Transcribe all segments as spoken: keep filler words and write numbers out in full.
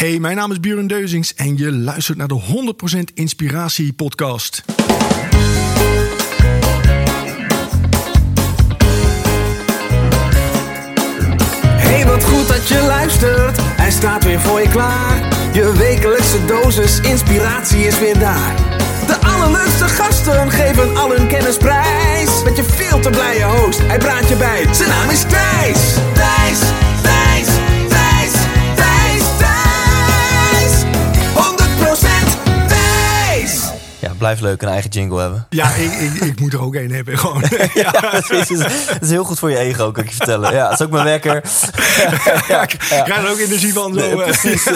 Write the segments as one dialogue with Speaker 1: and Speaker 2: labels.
Speaker 1: Hey, mijn naam is Björn Deuzings en je luistert naar de honderd procent Inspiratie podcast.
Speaker 2: Hey, wat goed dat je luistert. Hij staat weer voor je klaar. Je wekelijkse dosis inspiratie is weer daar. De allerleukste gasten geven al hun kennis prijs. Met je veel te blije host, hij praat je bij. Zijn naam is Thijs. Thijs, Thijs, Thijs, Thijs, Thijs. honderd procent Thijs.
Speaker 3: Ja, blijft leuk een eigen jingle hebben.
Speaker 1: Ja, ik, ik, ik moet er ook één hebben. Gewoon.
Speaker 3: Ja, dat is, dat is heel goed voor je ego, kan ik je vertellen. Ja, dat is ook mijn wekker.
Speaker 1: Ja, ik krijg er ook energie van. Zo.
Speaker 3: Nee, precies.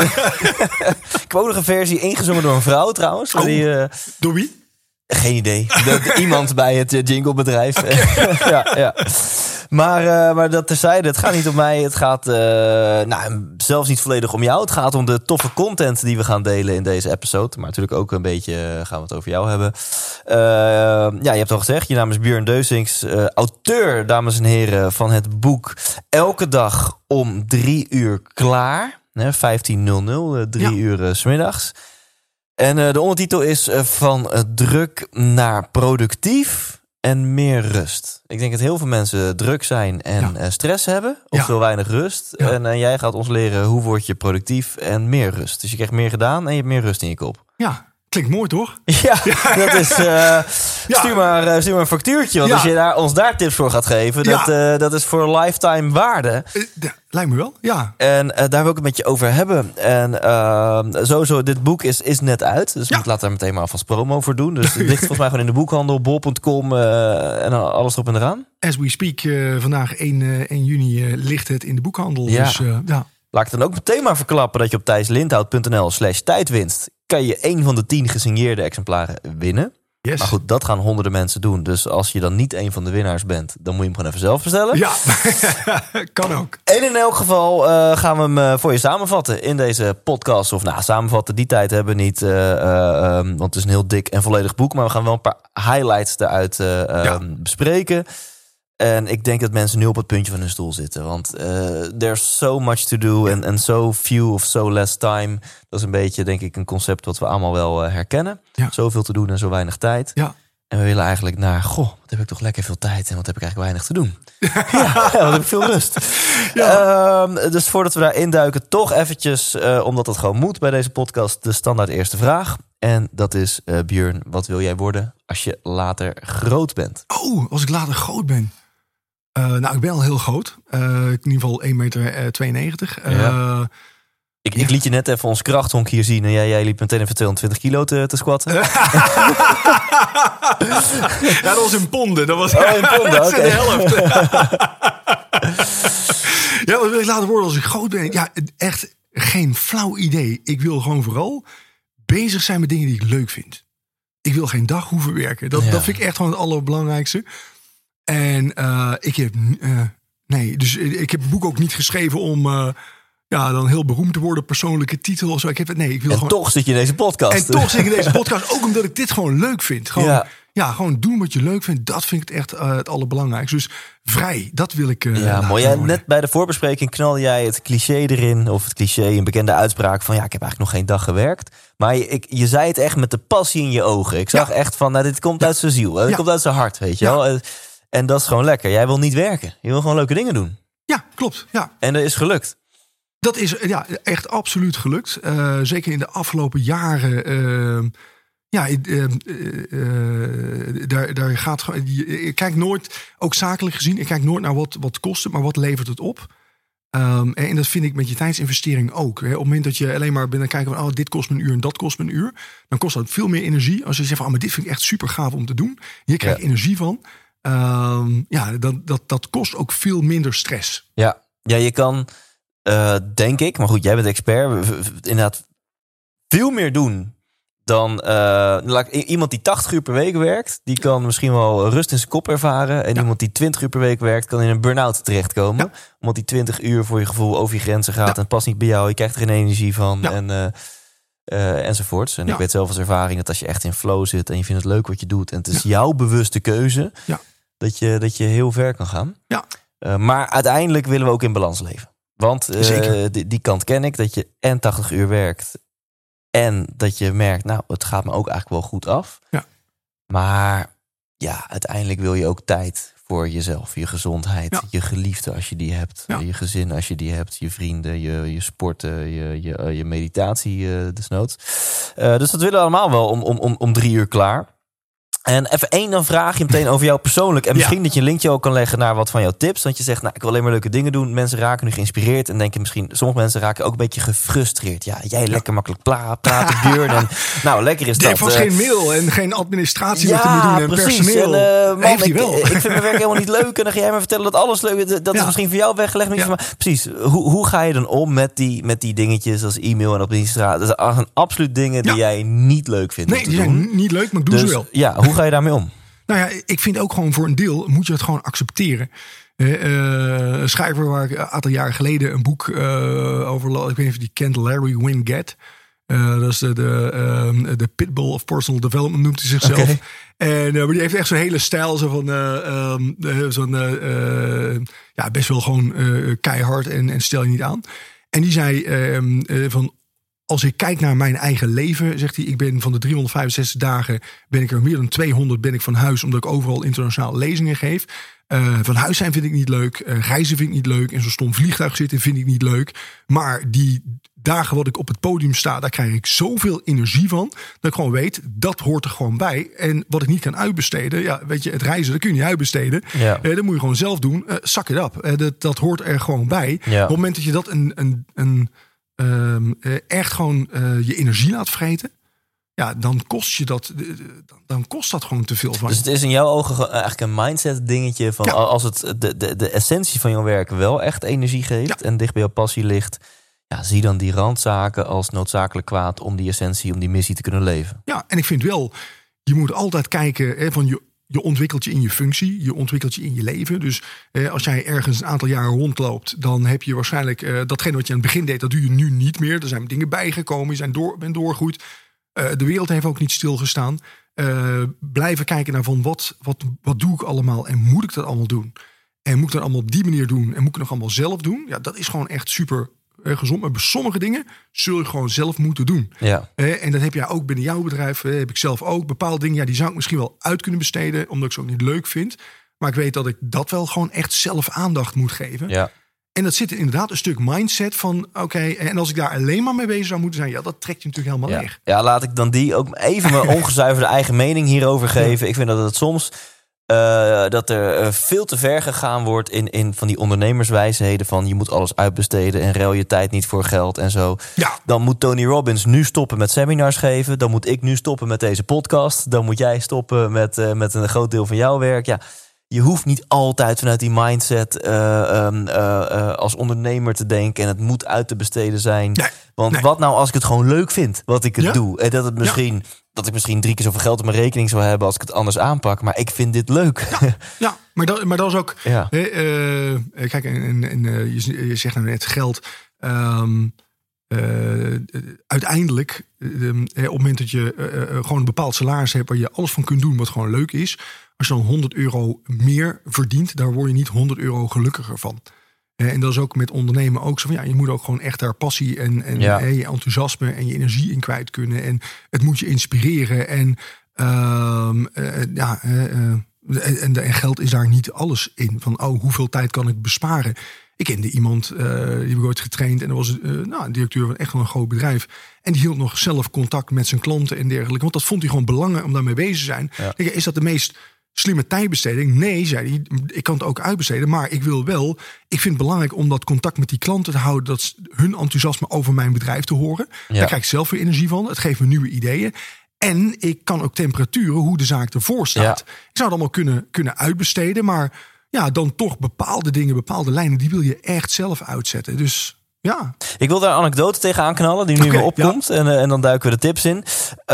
Speaker 3: Ik heb ook nog een versie ingezongen door een vrouw trouwens.
Speaker 1: Oh,
Speaker 3: die, uh,
Speaker 1: door wie?
Speaker 3: Geen idee. De, iemand bij het uh, jinglebedrijf. Okay. ja, ja. Maar, uh, maar dat terzijde, het gaat niet om mij. Het gaat uh, nou, zelfs niet volledig om jou. Het gaat om de toffe content die we gaan delen in deze episode. Maar natuurlijk ook een beetje uh, gaan we het over jou hebben. Uh, ja, je hebt al gezegd, je naam is Björn Deuzings. Uh, auteur, dames en heren, van het boek Elke dag om drie uur klaar. vijftien nul nul, uh, drie ja. uur uh, 's middags. En uh, de ondertitel is uh, van uh, druk naar productief en meer rust. Ik denk dat heel veel mensen druk zijn en ja. uh, stress hebben. Of ja. veel weinig rust. Ja. En uh, jij gaat ons leren hoe word je productief en meer rust. Dus je krijgt meer gedaan en je hebt meer rust in je kop.
Speaker 1: Ja, klinkt mooi toch?
Speaker 3: Ja, dat is... Uh, ja. stuur, maar, uh, stuur maar een factuurtje. Want ja. als je daar, ons daar tips voor gaat geven... Ja. Dat, uh, dat is voor lifetime waarde.
Speaker 1: Uh, ja, lijkt me wel, ja.
Speaker 3: En uh, daar wil ik het met je over hebben. En uh, sowieso, dit boek is, is net uit. Dus ja. ik laat daar meteen maar alvast promo voor doen. Dus het ligt volgens mij gewoon in de boekhandel. bol punt com uh, en alles erop en eraan.
Speaker 1: As we speak, uh, vandaag één juni uh, ligt het in de boekhandel.
Speaker 3: Ja.
Speaker 1: Dus, uh, ja.
Speaker 3: Laat ik dan ook meteen maar verklappen dat je op thijslindhout.nl slash tijdwinst... kan je één van de tien gesigneerde exemplaren winnen.
Speaker 1: Yes.
Speaker 3: Maar goed, dat gaan honderden mensen doen. Dus als je dan niet een van de winnaars bent... dan moet je hem gewoon even zelf bestellen.
Speaker 1: Ja, kan ook.
Speaker 3: En in elk geval uh, gaan we hem uh, voor je samenvatten in deze podcast. Of nou, samenvatten, die tijd hebben we niet. Uh, uh, um, want het is een heel dik en volledig boek. Maar we gaan wel een paar highlights eruit uh, ja. um, bespreken. En ik denk dat mensen nu op het puntje van hun stoel zitten. Want uh, there's so much to do and, and so few of so less time. Dat is een beetje, denk ik, een concept wat we allemaal wel uh, herkennen. Ja. Zoveel te doen en zo weinig tijd.
Speaker 1: Ja.
Speaker 3: En we willen eigenlijk naar, goh, wat heb ik toch lekker veel tijd en wat heb ik eigenlijk weinig te doen. ja, ja, wat heb ik veel rust. Ja. Um, dus voordat we daar induiken, toch eventjes, uh, omdat het gewoon moet bij deze podcast, de standaard eerste vraag. En dat is, uh, Björn, wat wil jij worden als je later groot bent?
Speaker 1: Oh, als ik later groot ben. Uh, nou, ik ben al heel groot. Uh, in ieder geval één meter tweeënnegentig. Uh,
Speaker 3: ja. Ik, ik liet je net even ons krachthonk hier zien. En jij, jij liep meteen even tweehonderdtwintig kilo te, te squatten.
Speaker 1: Ja, dat was in ponden. Dat was,
Speaker 3: oh, in ponden, oké.
Speaker 1: De helft. Ja, wat wil ik later worden als ik groot ben? Ja, echt geen flauw idee. Ik wil gewoon vooral bezig zijn met dingen die ik leuk vind. Ik wil geen dag hoeven werken. Dat, ja. dat vind ik echt gewoon het allerbelangrijkste. En uh, ik heb... Uh, nee, dus ik heb het boek ook niet geschreven om... Uh, Ja, dan heel beroemd te worden, persoonlijke titel of zo. Ik heb het, nee, ik wil
Speaker 3: en
Speaker 1: gewoon...
Speaker 3: toch zit je in deze podcast.
Speaker 1: En toch zit ik in deze podcast, ook omdat ik dit gewoon leuk vind. Gewoon, ja. ja, gewoon doen wat je leuk vindt. Dat vind ik echt uh, het allerbelangrijkste. Dus vrij, dat wil ik uh,
Speaker 3: Ja, mooi. Ja, net bij de voorbespreking knalde jij het cliché erin. Of het cliché, een bekende uitspraak van... ja, ik heb eigenlijk nog geen dag gewerkt. Maar je, ik, je zei het echt met de passie in je ogen. Ik zag ja. echt van, nou, dit komt uit zijn ziel. Dit ja. komt uit zijn hart, weet je ja. wel. En dat is gewoon lekker. Jij wil niet werken. Je wil gewoon leuke dingen doen.
Speaker 1: Ja, klopt. Ja.
Speaker 3: En dat is gelukt.
Speaker 1: Dat is ja, echt absoluut gelukt. Uh, zeker in de afgelopen jaren. Uh, ja, uh, uh, uh, daar, daar gaat. Ik kijk nooit, ook zakelijk gezien, ik kijk nooit naar wat, wat kost het, maar wat levert het op. Um, en dat vind ik met je tijdsinvestering ook. Hè. Op het moment dat je alleen maar bent dan kijken van, oh, dit kost me een uur en dat kost me een uur, dan kost dat veel meer energie. Als je zegt van, oh, maar dit vind ik echt super gaaf om te doen. Hier krijg je ja. energie van. Um, ja, dat, dat, dat kost ook veel minder stress.
Speaker 3: Ja, ja je kan. Uh, denk ik, maar goed, jij bent expert. Inderdaad, veel meer doen dan uh, iemand die tachtig uur per week werkt. Die kan misschien wel rust in zijn kop ervaren. En ja. iemand die twintig uur per week werkt, kan in een burn-out terechtkomen. Ja. Omdat die twintig uur voor je gevoel over je grenzen gaat. Ja. En het past niet bij jou. Je krijgt er geen energie van. Ja. En, uh, uh, enzovoorts. En ja. ik weet zelf als ervaring dat als je echt in flow zit en je vindt het leuk wat je doet. En het is ja. jouw bewuste keuze. Ja. Dat, je, dat je heel ver kan gaan.
Speaker 1: Ja.
Speaker 3: Uh, maar uiteindelijk willen we ook in balans leven. Want uh, die, die kant ken ik, dat je en tachtig uur werkt... en dat je merkt, nou, het gaat me ook eigenlijk wel goed af.
Speaker 1: Ja.
Speaker 3: Maar ja, uiteindelijk wil je ook tijd voor jezelf, je gezondheid...
Speaker 1: Ja.
Speaker 3: je geliefde als je die hebt,
Speaker 1: Ja.
Speaker 3: je gezin als je die hebt... je vrienden, je, je sporten, je, je, je meditatie uh, desnoods. Uh, dus dat willen we allemaal wel om, om, om, om drie uur klaar... En even één dan vraag je meteen over jou persoonlijk. En misschien ja. dat je een linkje ook kan leggen naar wat van jouw tips. Want je zegt, nou, ik wil alleen maar leuke dingen doen. Mensen raken nu geïnspireerd. En denken misschien, sommige mensen raken ook een beetje gefrustreerd. Ja, jij ja. lekker makkelijk pla- praten, Björn. En, nou, lekker is dat.
Speaker 1: Er was uh, geen mail en geen administratie
Speaker 3: ja,
Speaker 1: wat te moeten doen. En
Speaker 3: precies.
Speaker 1: personeel.
Speaker 3: En, uh, man,
Speaker 1: heeft hij
Speaker 3: ik,
Speaker 1: wel.
Speaker 3: ik vind mijn werk helemaal niet leuk. En dan ga jij me vertellen dat alles leuk is. Dat ja. is misschien voor jou weggelegd. Ja. Maar precies, hoe, hoe ga je dan om met die, met die dingetjes als e-mail en administratie? Dat zijn absoluut dingen die ja. jij niet leuk vindt.
Speaker 1: Nee, die zijn
Speaker 3: doen.
Speaker 1: niet leuk, maar ik doe
Speaker 3: dus,
Speaker 1: ze wel.
Speaker 3: Ja, hoe ga je daarmee om?
Speaker 1: Nou ja, ik vind ook gewoon voor een deel moet je het gewoon accepteren. Uh, een schrijver waar ik een aantal jaren geleden een boek uh, over... Ik weet niet of je die kent, Larry Winget. Uh, dat is de, de, uh, de Pitbull of Personal Development noemt hij zichzelf. Okay. En uh, maar die heeft echt zo'n hele stijl. Zo van, uh, um, zo'n, uh, uh, ja, best wel gewoon uh, keihard en, en stel je niet aan. En die zei uh, uh, van... Als ik kijk naar mijn eigen leven, zegt hij... ik ben van de driehonderdvijfenzestig dagen... ben ik er meer dan tweehonderd ben ik van huis... omdat ik overal internationale lezingen geef. Uh, van huis zijn vind ik niet leuk. Uh, reizen vind ik niet leuk. In zo'n stom vliegtuig zitten vind ik niet leuk. Maar die dagen wat ik op het podium sta... daar krijg ik zoveel energie van... dat ik gewoon weet, dat hoort er gewoon bij. En wat ik niet kan uitbesteden... ja, weet je, het reizen, dat kun je niet uitbesteden. Ja. Uh, dat moet je gewoon zelf doen. Uh, suck it up. Uh, dat, dat hoort er gewoon bij. Ja. Op het moment dat je dat een... een, een Um, uh, echt gewoon uh, je energie laat vreten, ja, dan kost je dat, uh, dan kost dat gewoon te veel van.
Speaker 3: Dus het is in jouw ogen eigenlijk een mindset dingetje van ja. als het de, de, de essentie van jouw werk wel echt energie geeft ja. en dicht bij jouw passie ligt, ja, zie dan die randzaken als noodzakelijk kwaad om die essentie, om die missie te kunnen leven.
Speaker 1: Ja, en ik vind wel, je moet altijd kijken hè, van je. Je ontwikkelt je in je functie, je ontwikkelt je in je leven. Dus eh, als jij ergens een aantal jaren rondloopt... dan heb je waarschijnlijk eh, datgene wat je aan het begin deed... dat doe je nu niet meer. Er zijn dingen bijgekomen, je zijn door, bent doorgegroeid. Uh, de wereld heeft ook niet stilgestaan. Uh, blijven kijken naar van wat, wat, wat doe ik allemaal en moet ik dat allemaal doen? En moet ik dat allemaal op die manier doen? En moet ik het nog allemaal zelf doen? Ja, dat is gewoon echt super uh, gezond. Maar bij sommige dingen zul je gewoon zelf moeten doen.
Speaker 3: Ja.
Speaker 1: Uh, en dat heb jij ook binnen jouw bedrijf. Uh, heb ik zelf ook. Bepaalde dingen, ja, die zou ik misschien wel uit kunnen besteden. Omdat ik ze ook niet leuk vind. Maar ik weet dat ik dat wel gewoon echt zelf aandacht moet geven.
Speaker 3: Ja.
Speaker 1: En dat zit inderdaad een stuk mindset van... oké, okay, en als ik daar alleen maar mee bezig zou moeten zijn... ja, dat trekt je natuurlijk helemaal
Speaker 3: ja.
Speaker 1: leeg.
Speaker 3: Ja, laat ik dan die ook even mijn ongezuiverde eigen mening hierover geven. Ja. Ik vind dat het soms... Uh, dat er uh, veel te ver gegaan wordt in, in van die ondernemerswijsheden... van je moet alles uitbesteden en ruil je tijd niet voor geld en zo.
Speaker 1: Ja.
Speaker 3: Dan moet Tony Robbins nu stoppen met seminars geven. Dan moet ik nu stoppen met deze podcast. Dan moet jij stoppen met, uh, met een groot deel van jouw werk. Ja. Je hoeft niet altijd vanuit die mindset uh, um, uh, uh, als ondernemer te denken... en het moet uit te besteden zijn.
Speaker 1: Nee,
Speaker 3: Want
Speaker 1: nee.
Speaker 3: wat nou als ik het gewoon leuk vind, wat ik het
Speaker 1: ja? doe?
Speaker 3: En dat, het misschien, ja. dat ik misschien drie keer zoveel geld op mijn rekening zou hebben... als ik het anders aanpak, maar ik vind dit leuk.
Speaker 1: Ja, ja maar, dat, maar dat is ook...
Speaker 3: Ja.
Speaker 1: Uh, uh, kijk, en, en, uh, je, je zegt nou net geld... Um, Uh, uiteindelijk, uh, op het moment dat je uh, uh, gewoon een bepaald salaris hebt... waar je alles van kunt doen wat gewoon leuk is... als je dan honderd euro meer verdient... daar word je niet honderd euro gelukkiger van. Uh, en dat is ook met ondernemen ook zo van... ja, je moet ook gewoon echt daar passie en, en ja. uh, je enthousiasme en je energie in kwijt kunnen. En het moet je inspireren. En, uh, uh, ja, uh, uh, en, en geld is daar niet alles in. Van, oh, hoeveel tijd kan ik besparen... Ik kende iemand, uh, die heb ik ooit getraind... en dat was uh, nou, een directeur van echt wel een groot bedrijf. En die hield nog zelf contact met zijn klanten en dergelijke. Want dat vond hij gewoon belangrijk om daarmee bezig te zijn. Ja. Denk, is dat de meest slimme tijdbesteding? Nee, zei hij, ik kan het ook uitbesteden. Maar ik wil wel, ik vind het belangrijk om dat contact met die klanten te houden... dat hun enthousiasme over mijn bedrijf te horen. Ja. Daar krijg ik zelf weer energie van. Het geeft me nieuwe ideeën. En ik kan ook temperaturen, hoe de zaak ervoor staat. Ja. Ik zou het allemaal kunnen, kunnen uitbesteden, maar... ja, dan toch bepaalde dingen, bepaalde lijnen... die wil je echt zelf uitzetten. Dus ja.
Speaker 3: Ik wil daar een anekdote tegenaan knallen... die nu okay, weer opkomt. Ja. En, uh, en dan duiken we de tips in.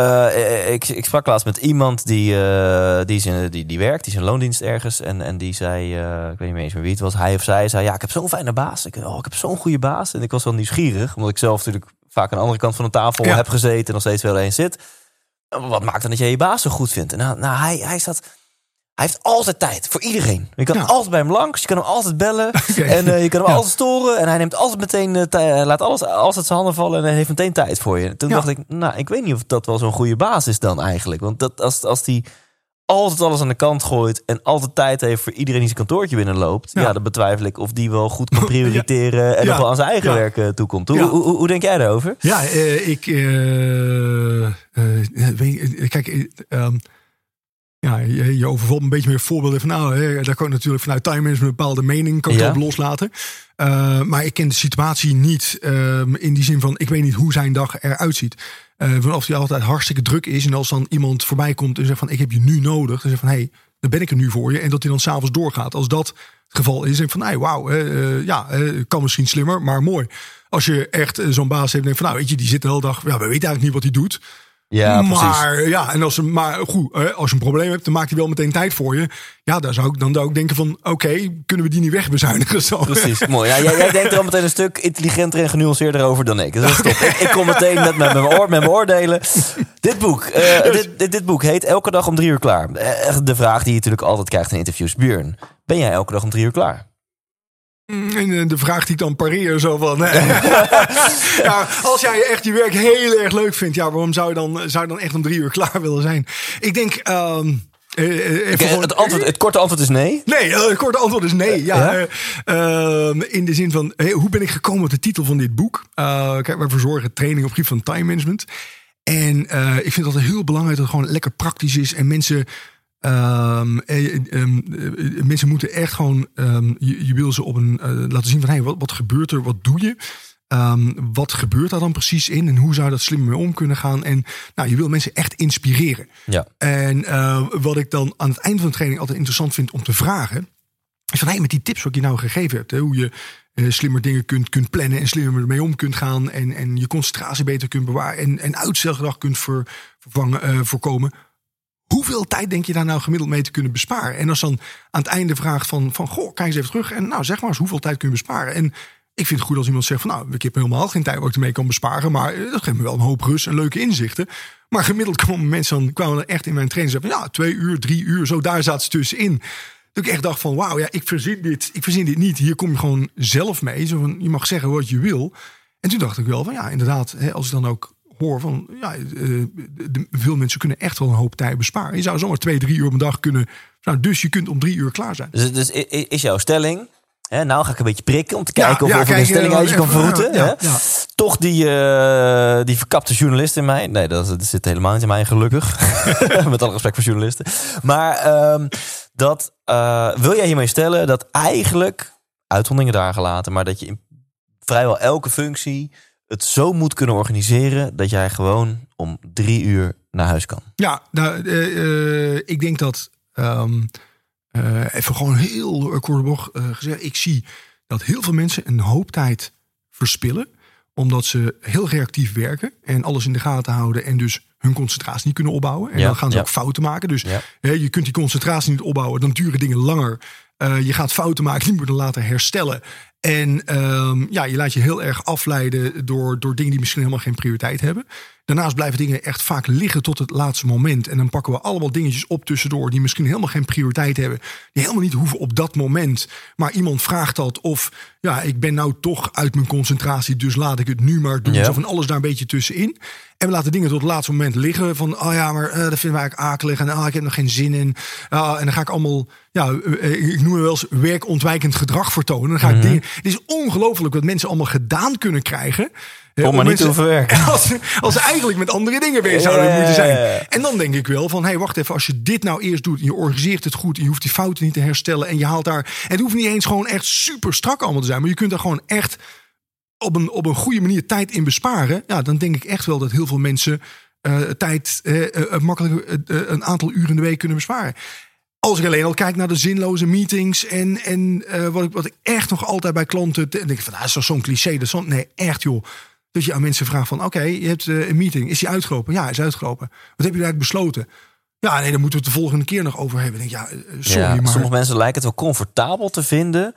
Speaker 3: Uh, ik, ik sprak laatst met iemand die, uh, die, is in, die, die werkt. Die is in loondienst ergens. En, en die zei, uh, ik weet niet meer eens meer wie het was... hij of zij zei, ja, ik heb zo'n fijne baas. Ik, oh, ik heb zo'n goede baas. En ik was wel nieuwsgierig. Omdat ik zelf natuurlijk vaak aan de andere kant van de tafel ja. heb gezeten... en nog steeds wel eens zit. Wat maakt dan dat jij je baas zo goed vindt? En nou, nou hij, hij zat... Hij heeft altijd tijd voor iedereen. Je kan
Speaker 1: Ja.
Speaker 3: altijd bij hem langs. Je kan hem altijd bellen.
Speaker 1: Okay.
Speaker 3: En uh, je kan hem
Speaker 1: Ja.
Speaker 3: altijd storen. En hij neemt altijd meteen... Uh, tij- hij laat alles altijd zijn handen vallen. En hij heeft meteen tijd voor je. Toen
Speaker 1: Ja.
Speaker 3: dacht ik, nou, ik weet niet of dat wel zo'n goede baas is dan eigenlijk. Want dat, als, als die altijd alles aan de kant gooit... en altijd tijd heeft voor iedereen die zijn kantoortje binnenloopt... Ja,
Speaker 1: Ja.
Speaker 3: dan betwijfel ik of die wel goed kan prioriteren... en
Speaker 1: Ja.
Speaker 3: nog wel aan zijn eigen
Speaker 1: Ja.
Speaker 3: werk uh, toekomt. Hoe,
Speaker 1: Ja.
Speaker 3: hoe, hoe, hoe denk jij daarover?
Speaker 1: Ja, uh, ik... Uh, uh, weet, kijk... Uh, um, Ja, je, je overvalt een beetje meer voorbeelden van... nou, hè, daar kan ik natuurlijk vanuit time management een bepaalde mening kan ik
Speaker 3: Ja.
Speaker 1: op loslaten. Uh, maar ik ken de situatie niet uh, in die zin van... ik weet niet hoe zijn dag eruit ziet. Uh, of hij altijd hartstikke druk is... en als dan iemand voorbij komt en zegt van... ik heb je nu nodig. Dan zegt van, hé, hey, dan ben ik er nu voor je. En dat hij dan s'avonds doorgaat. Als dat het geval is, denk ik van... hey, wauw, uh, ja, uh, kan misschien slimmer, maar mooi. Als je echt uh, zo'n baas hebt, denk van... nou, weet je, die zit de hele dag... ja, we weten eigenlijk niet wat hij doet...
Speaker 3: Ja,
Speaker 1: maar precies. Ja, en als, maar goed, als je een probleem hebt, dan maakt hij wel meteen tijd voor je. Ja, daar zou ik dan zou ik denken van, oké, okay, kunnen we die niet wegbezuinigen? Zo.
Speaker 3: Precies, mooi. Ja, jij, jij denkt er al meteen een stuk intelligenter en genuanceerder over dan ik. Dus dat is top. Ik, ik kom meteen met, met, mijn, oor, met mijn oordelen. Dit boek, uh, dit, dit, dit boek heet Elke dag om drie uur klaar. Uh, de vraag die je natuurlijk altijd krijgt in interviews. Björn, ben jij elke dag om drie uur klaar?
Speaker 1: En de vraag die ik dan pareer, zo van... Nee. Ja, als jij echt je werk heel erg leuk vindt... ja, waarom zou je dan, zou je dan echt om drie uur klaar willen zijn? Ik denk... Um, uh,
Speaker 3: okay, gewoon... het, antwoord, het korte antwoord is nee?
Speaker 1: Nee, uh, het korte antwoord is nee. Ja, ja? Uh, uh, in de zin van, hey, hoe ben ik gekomen op de titel van dit boek? Uh, kijk, wij verzorgen training op gebied van time management. En uh, ik vind dat heel belangrijk dat het gewoon lekker praktisch is. En mensen... Um, um, um, mensen moeten echt gewoon, um, je, je wil ze op een, uh, laten zien van, hey, wat, wat gebeurt er, wat doe je? Um, wat gebeurt daar dan precies in? En hoe zou dat slim mee om kunnen gaan? En nou, je wil mensen echt inspireren.
Speaker 3: Ja.
Speaker 1: En uh, wat ik dan aan het eind van de training altijd interessant vind om te vragen, is van, hey, met die tips wat je nou gegeven hebt, hè, hoe je uh, slimmer dingen kunt, kunt plannen en slimmer ermee om kunt gaan en, en je concentratie beter kunt bewaren en, en uitstelgedrag kunt ver, vervangen, uh, voorkomen. Hoeveel tijd denk je daar nou gemiddeld mee te kunnen besparen? En als dan aan het einde vraagt van, van goh, kijk eens even terug. En nou, zeg maar eens, hoeveel tijd kun je besparen? En ik vind het goed als iemand zegt van, nou, ik heb helemaal geen tijd waar ik ermee kan besparen. Maar dat geeft me wel een hoop rust en leuke inzichten. Maar gemiddeld kwamen mensen dan, kwamen er echt in mijn training zeggen van, ja, twee uur, drie uur, zo daar zaten ze tussenin. Dat ik echt dacht van, wauw, ja, ik verzin dit, ik verzin dit niet. Hier kom je gewoon zelf mee. Zo van, je mag zeggen wat je wil. En toen dacht ik wel van, ja, inderdaad, hè, als ik dan ook hoor van, ja, de, de, veel mensen kunnen echt wel een hoop tijd besparen. Je zou zomaar twee, drie uur op een dag kunnen. Nou, dus je kunt om drie uur klaar zijn.
Speaker 3: Dus, dus is jouw stelling, hè, nou ga ik een beetje prikken om te kijken
Speaker 1: ja,
Speaker 3: of,
Speaker 1: ja,
Speaker 3: of
Speaker 1: kijk,
Speaker 3: ik een stelling uit je kan verroeten.
Speaker 1: Ja,
Speaker 3: hè?
Speaker 1: ja.
Speaker 3: Toch die, uh, die verkapte journalist in mij. Nee, dat, dat zit helemaal niet in mij, gelukkig. Met alle respect voor journalisten. Maar um, dat uh, wil jij hiermee stellen dat eigenlijk, uitzonderingen daar gelaten, maar dat je in vrijwel elke functie het zo moet kunnen organiseren dat jij gewoon om drie uur naar huis kan.
Speaker 1: Ja, nou, uh, uh, ik denk dat um, uh, even gewoon heel kort bocht uh, gezegd, ik zie dat heel veel mensen een hoop tijd verspillen omdat ze heel reactief werken en alles in de gaten houden en dus hun concentratie niet kunnen opbouwen. En ja, dan gaan ze ja. ook fouten maken. Dus ja. hè, je kunt die concentratie niet opbouwen, dan duren dingen langer. Uh, je gaat fouten maken, die moeten later herstellen. En um, ja, je laat je heel erg afleiden door, door dingen die misschien helemaal geen prioriteit hebben. Daarnaast blijven dingen echt vaak liggen tot het laatste moment. En dan pakken we allemaal dingetjes op tussendoor die misschien helemaal geen prioriteit hebben. Die helemaal niet hoeven op dat moment. Maar iemand vraagt dat of, ja, ik ben nou toch uit mijn concentratie, dus laat ik het nu maar doen. Ja. Zo van alles daar een beetje tussenin. En we laten dingen tot het laatste moment liggen. Van, oh ja, maar uh, dat vinden we eigenlijk akelig. En oh, ik heb nog geen zin in. Uh, en dan ga ik allemaal, ja, uh, ik noem het wel eens werkontwijkend gedrag vertonen. Dan ga ik mm-hmm. dingen. Het is ongelooflijk wat mensen allemaal gedaan kunnen krijgen.
Speaker 3: Om, om maar niet te hoeven werken.
Speaker 1: Als, als ze eigenlijk met andere dingen bezig zouden yeah. moeten zijn. En dan denk ik wel van, hé, hey, wacht even. Als je dit nou eerst doet en je organiseert het goed en je hoeft die fouten niet te herstellen en je haalt daar. En het hoeft niet eens gewoon echt super strak allemaal te zijn. Maar je kunt daar gewoon echt op een, op een goede manier tijd in besparen. Ja, dan denk ik echt wel dat heel veel mensen uh, tijd uh, uh, makkelijk uh, een aantal uren in de week kunnen besparen. Als ik alleen al kijk naar de zinloze meetings en, en uh, wat, ik, wat ik echt nog altijd bij klanten denk ik van, nou, dat is zo'n cliché. Dat is zo, nee, echt joh. Dat je aan mensen vraagt van, oké, okay, je hebt uh, een meeting. Is die uitgelopen? Ja, is uitgelopen. Wat heb je eigenlijk besloten? Ja, nee, daar moeten we het de volgende keer nog over hebben. Ik denk, ja, sorry,
Speaker 3: ja,
Speaker 1: maar
Speaker 3: sommige mensen lijken het wel comfortabel te vinden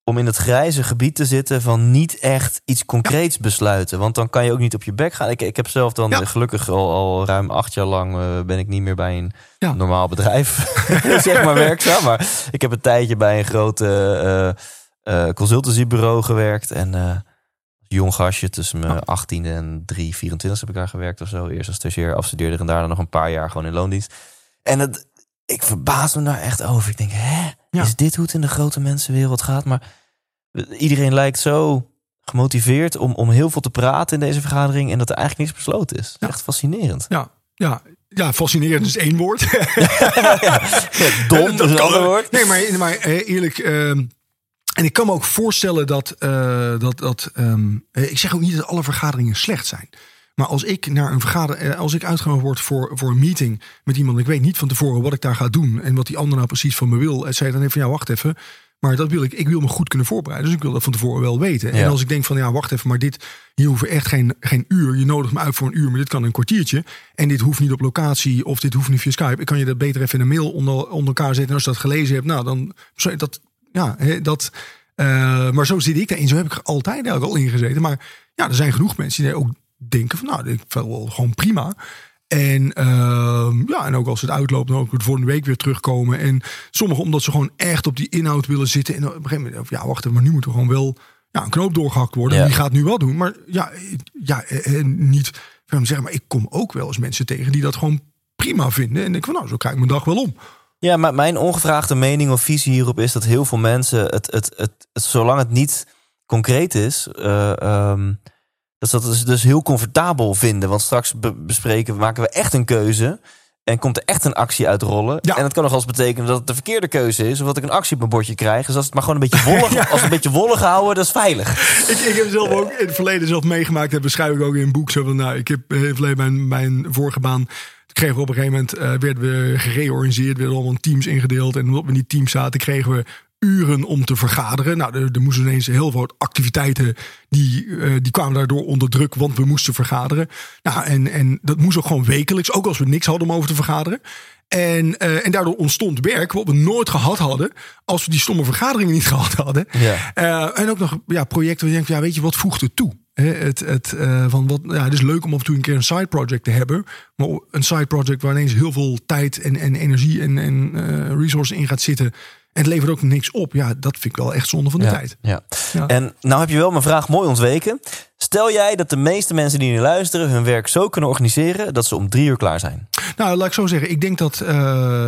Speaker 3: om in het grijze gebied te zitten van niet echt iets concreets ja. besluiten. Want dan kan je ook niet op je bek gaan. Ik, ik heb zelf dan ja. gelukkig al, al ruim acht jaar lang uh, ben ik niet meer bij een ja. normaal bedrijf zeg maar werkzaam. Maar ik heb een tijdje bij een groot uh, uh, consultancybureau gewerkt. En uh, jong gastje tussen mijn achttiende en drie vierentwintig heb ik daar gewerkt of zo. Eerst als stagiair, afstudeerde en daarna nog een paar jaar gewoon in loondienst. En het, ik verbaas me daar echt over. Ik denk, hè? Ja. Is dit hoe het in de grote mensenwereld gaat? Maar iedereen lijkt zo gemotiveerd om, om heel veel te praten in deze vergadering en dat er eigenlijk niks besloten is. Ja. Echt fascinerend.
Speaker 1: Ja, ja. Ja, fascinerend is één woord.
Speaker 3: ja, ja, dom is een ander woord.
Speaker 1: Nee, maar, maar eerlijk... Uh, en ik kan me ook voorstellen dat... Uh, dat, dat um, ik zeg ook niet dat alle vergaderingen slecht zijn. Maar als ik naar een vergadering, als ik uitgenodigd word voor, voor een meeting met iemand, ik weet niet van tevoren wat ik daar ga doen en wat die ander nou precies van me wil, et cetera, dan denk ik van ja, wacht even. Maar dat wil ik, ik wil me goed kunnen voorbereiden. Dus ik wil dat van tevoren wel weten. Ja. En als ik denk van ja, wacht even, maar dit, hier hoeven echt geen, geen uur. Je nodigt me uit voor een uur, maar dit kan een kwartiertje. En dit hoeft niet op locatie of dit hoeft niet via Skype. Ik kan je dat beter even in een mail onder, onder elkaar zetten. En als je dat gelezen hebt, nou dan, dat, ja, dat, uh, maar zo zit ik daarin. Zo heb ik er altijd eigenlijk al in gezeten. Maar ja, er zijn genoeg mensen die ook denken van nou, dit is wel gewoon prima. En uh, ja, en ook als het uitloopt, dan ook de volgende week weer terugkomen. En sommigen omdat ze gewoon echt op die inhoud willen zitten. En op een gegeven moment, ja, wacht even, maar nu moet er gewoon wel ja, een knoop doorgehakt worden. Ja. Die gaat nu wel doen. Maar ja, ja en niet zeggen, maar ik kom ook wel eens mensen tegen die dat gewoon prima vinden. En ik van nou, zo krijg ik mijn dag wel om.
Speaker 3: Ja, maar mijn ongevraagde mening of visie hierop is dat heel veel mensen het, het, het, het, het zolang het niet concreet is, uh, um, dat ze dat dus, dus heel comfortabel vinden. Want straks be- bespreken, maken we echt een keuze. En komt er echt een actie uitrollen. Ja. En dat kan nog wel eens betekenen dat het de verkeerde keuze is. Of dat ik een actie op mijn bordje krijg. Dus als het maar gewoon een beetje wollig, ja. als het een beetje wollig houden, dat is veilig.
Speaker 1: Ik, ik heb zelf ook in het verleden zelf meegemaakt. Dat beschrijf ik ook in een boek. Zo van, nou, ik heb in het verleden mijn, mijn vorige baan. Kregen we op een gegeven moment uh, werden we gereorganiseerd. Werden allemaal teams ingedeeld. En omdat we in die teams zaten, kregen we uren om te vergaderen. Nou, er, er moesten ineens heel veel activiteiten die, uh, die kwamen daardoor onder druk, want we moesten vergaderen. Nou, en, en dat moest ook gewoon wekelijks, ook als we niks hadden om over te vergaderen. En, uh, en daardoor ontstond werk wat we nooit gehad hadden als we die stomme vergaderingen niet gehad hadden. Ja. Uh, en ook nog ja, projecten waar je denkt, ja, weet je, wat voegt het toe? He, het, het, uh, van wat, ja, het is leuk om af en toe een keer een side project te hebben. Maar een side project waar ineens heel veel tijd en, en energie en, en uh, resources in gaat zitten. En het levert ook niks op. Ja, dat vind ik wel echt zonde van de
Speaker 3: ja,
Speaker 1: tijd.
Speaker 3: Ja. Ja. En nou heb je wel mijn vraag mooi ontweken. Stel jij dat de meeste mensen die nu luisteren hun werk zo kunnen organiseren dat ze om drie uur klaar zijn?
Speaker 1: Nou, laat ik zo zeggen. Ik denk dat, uh,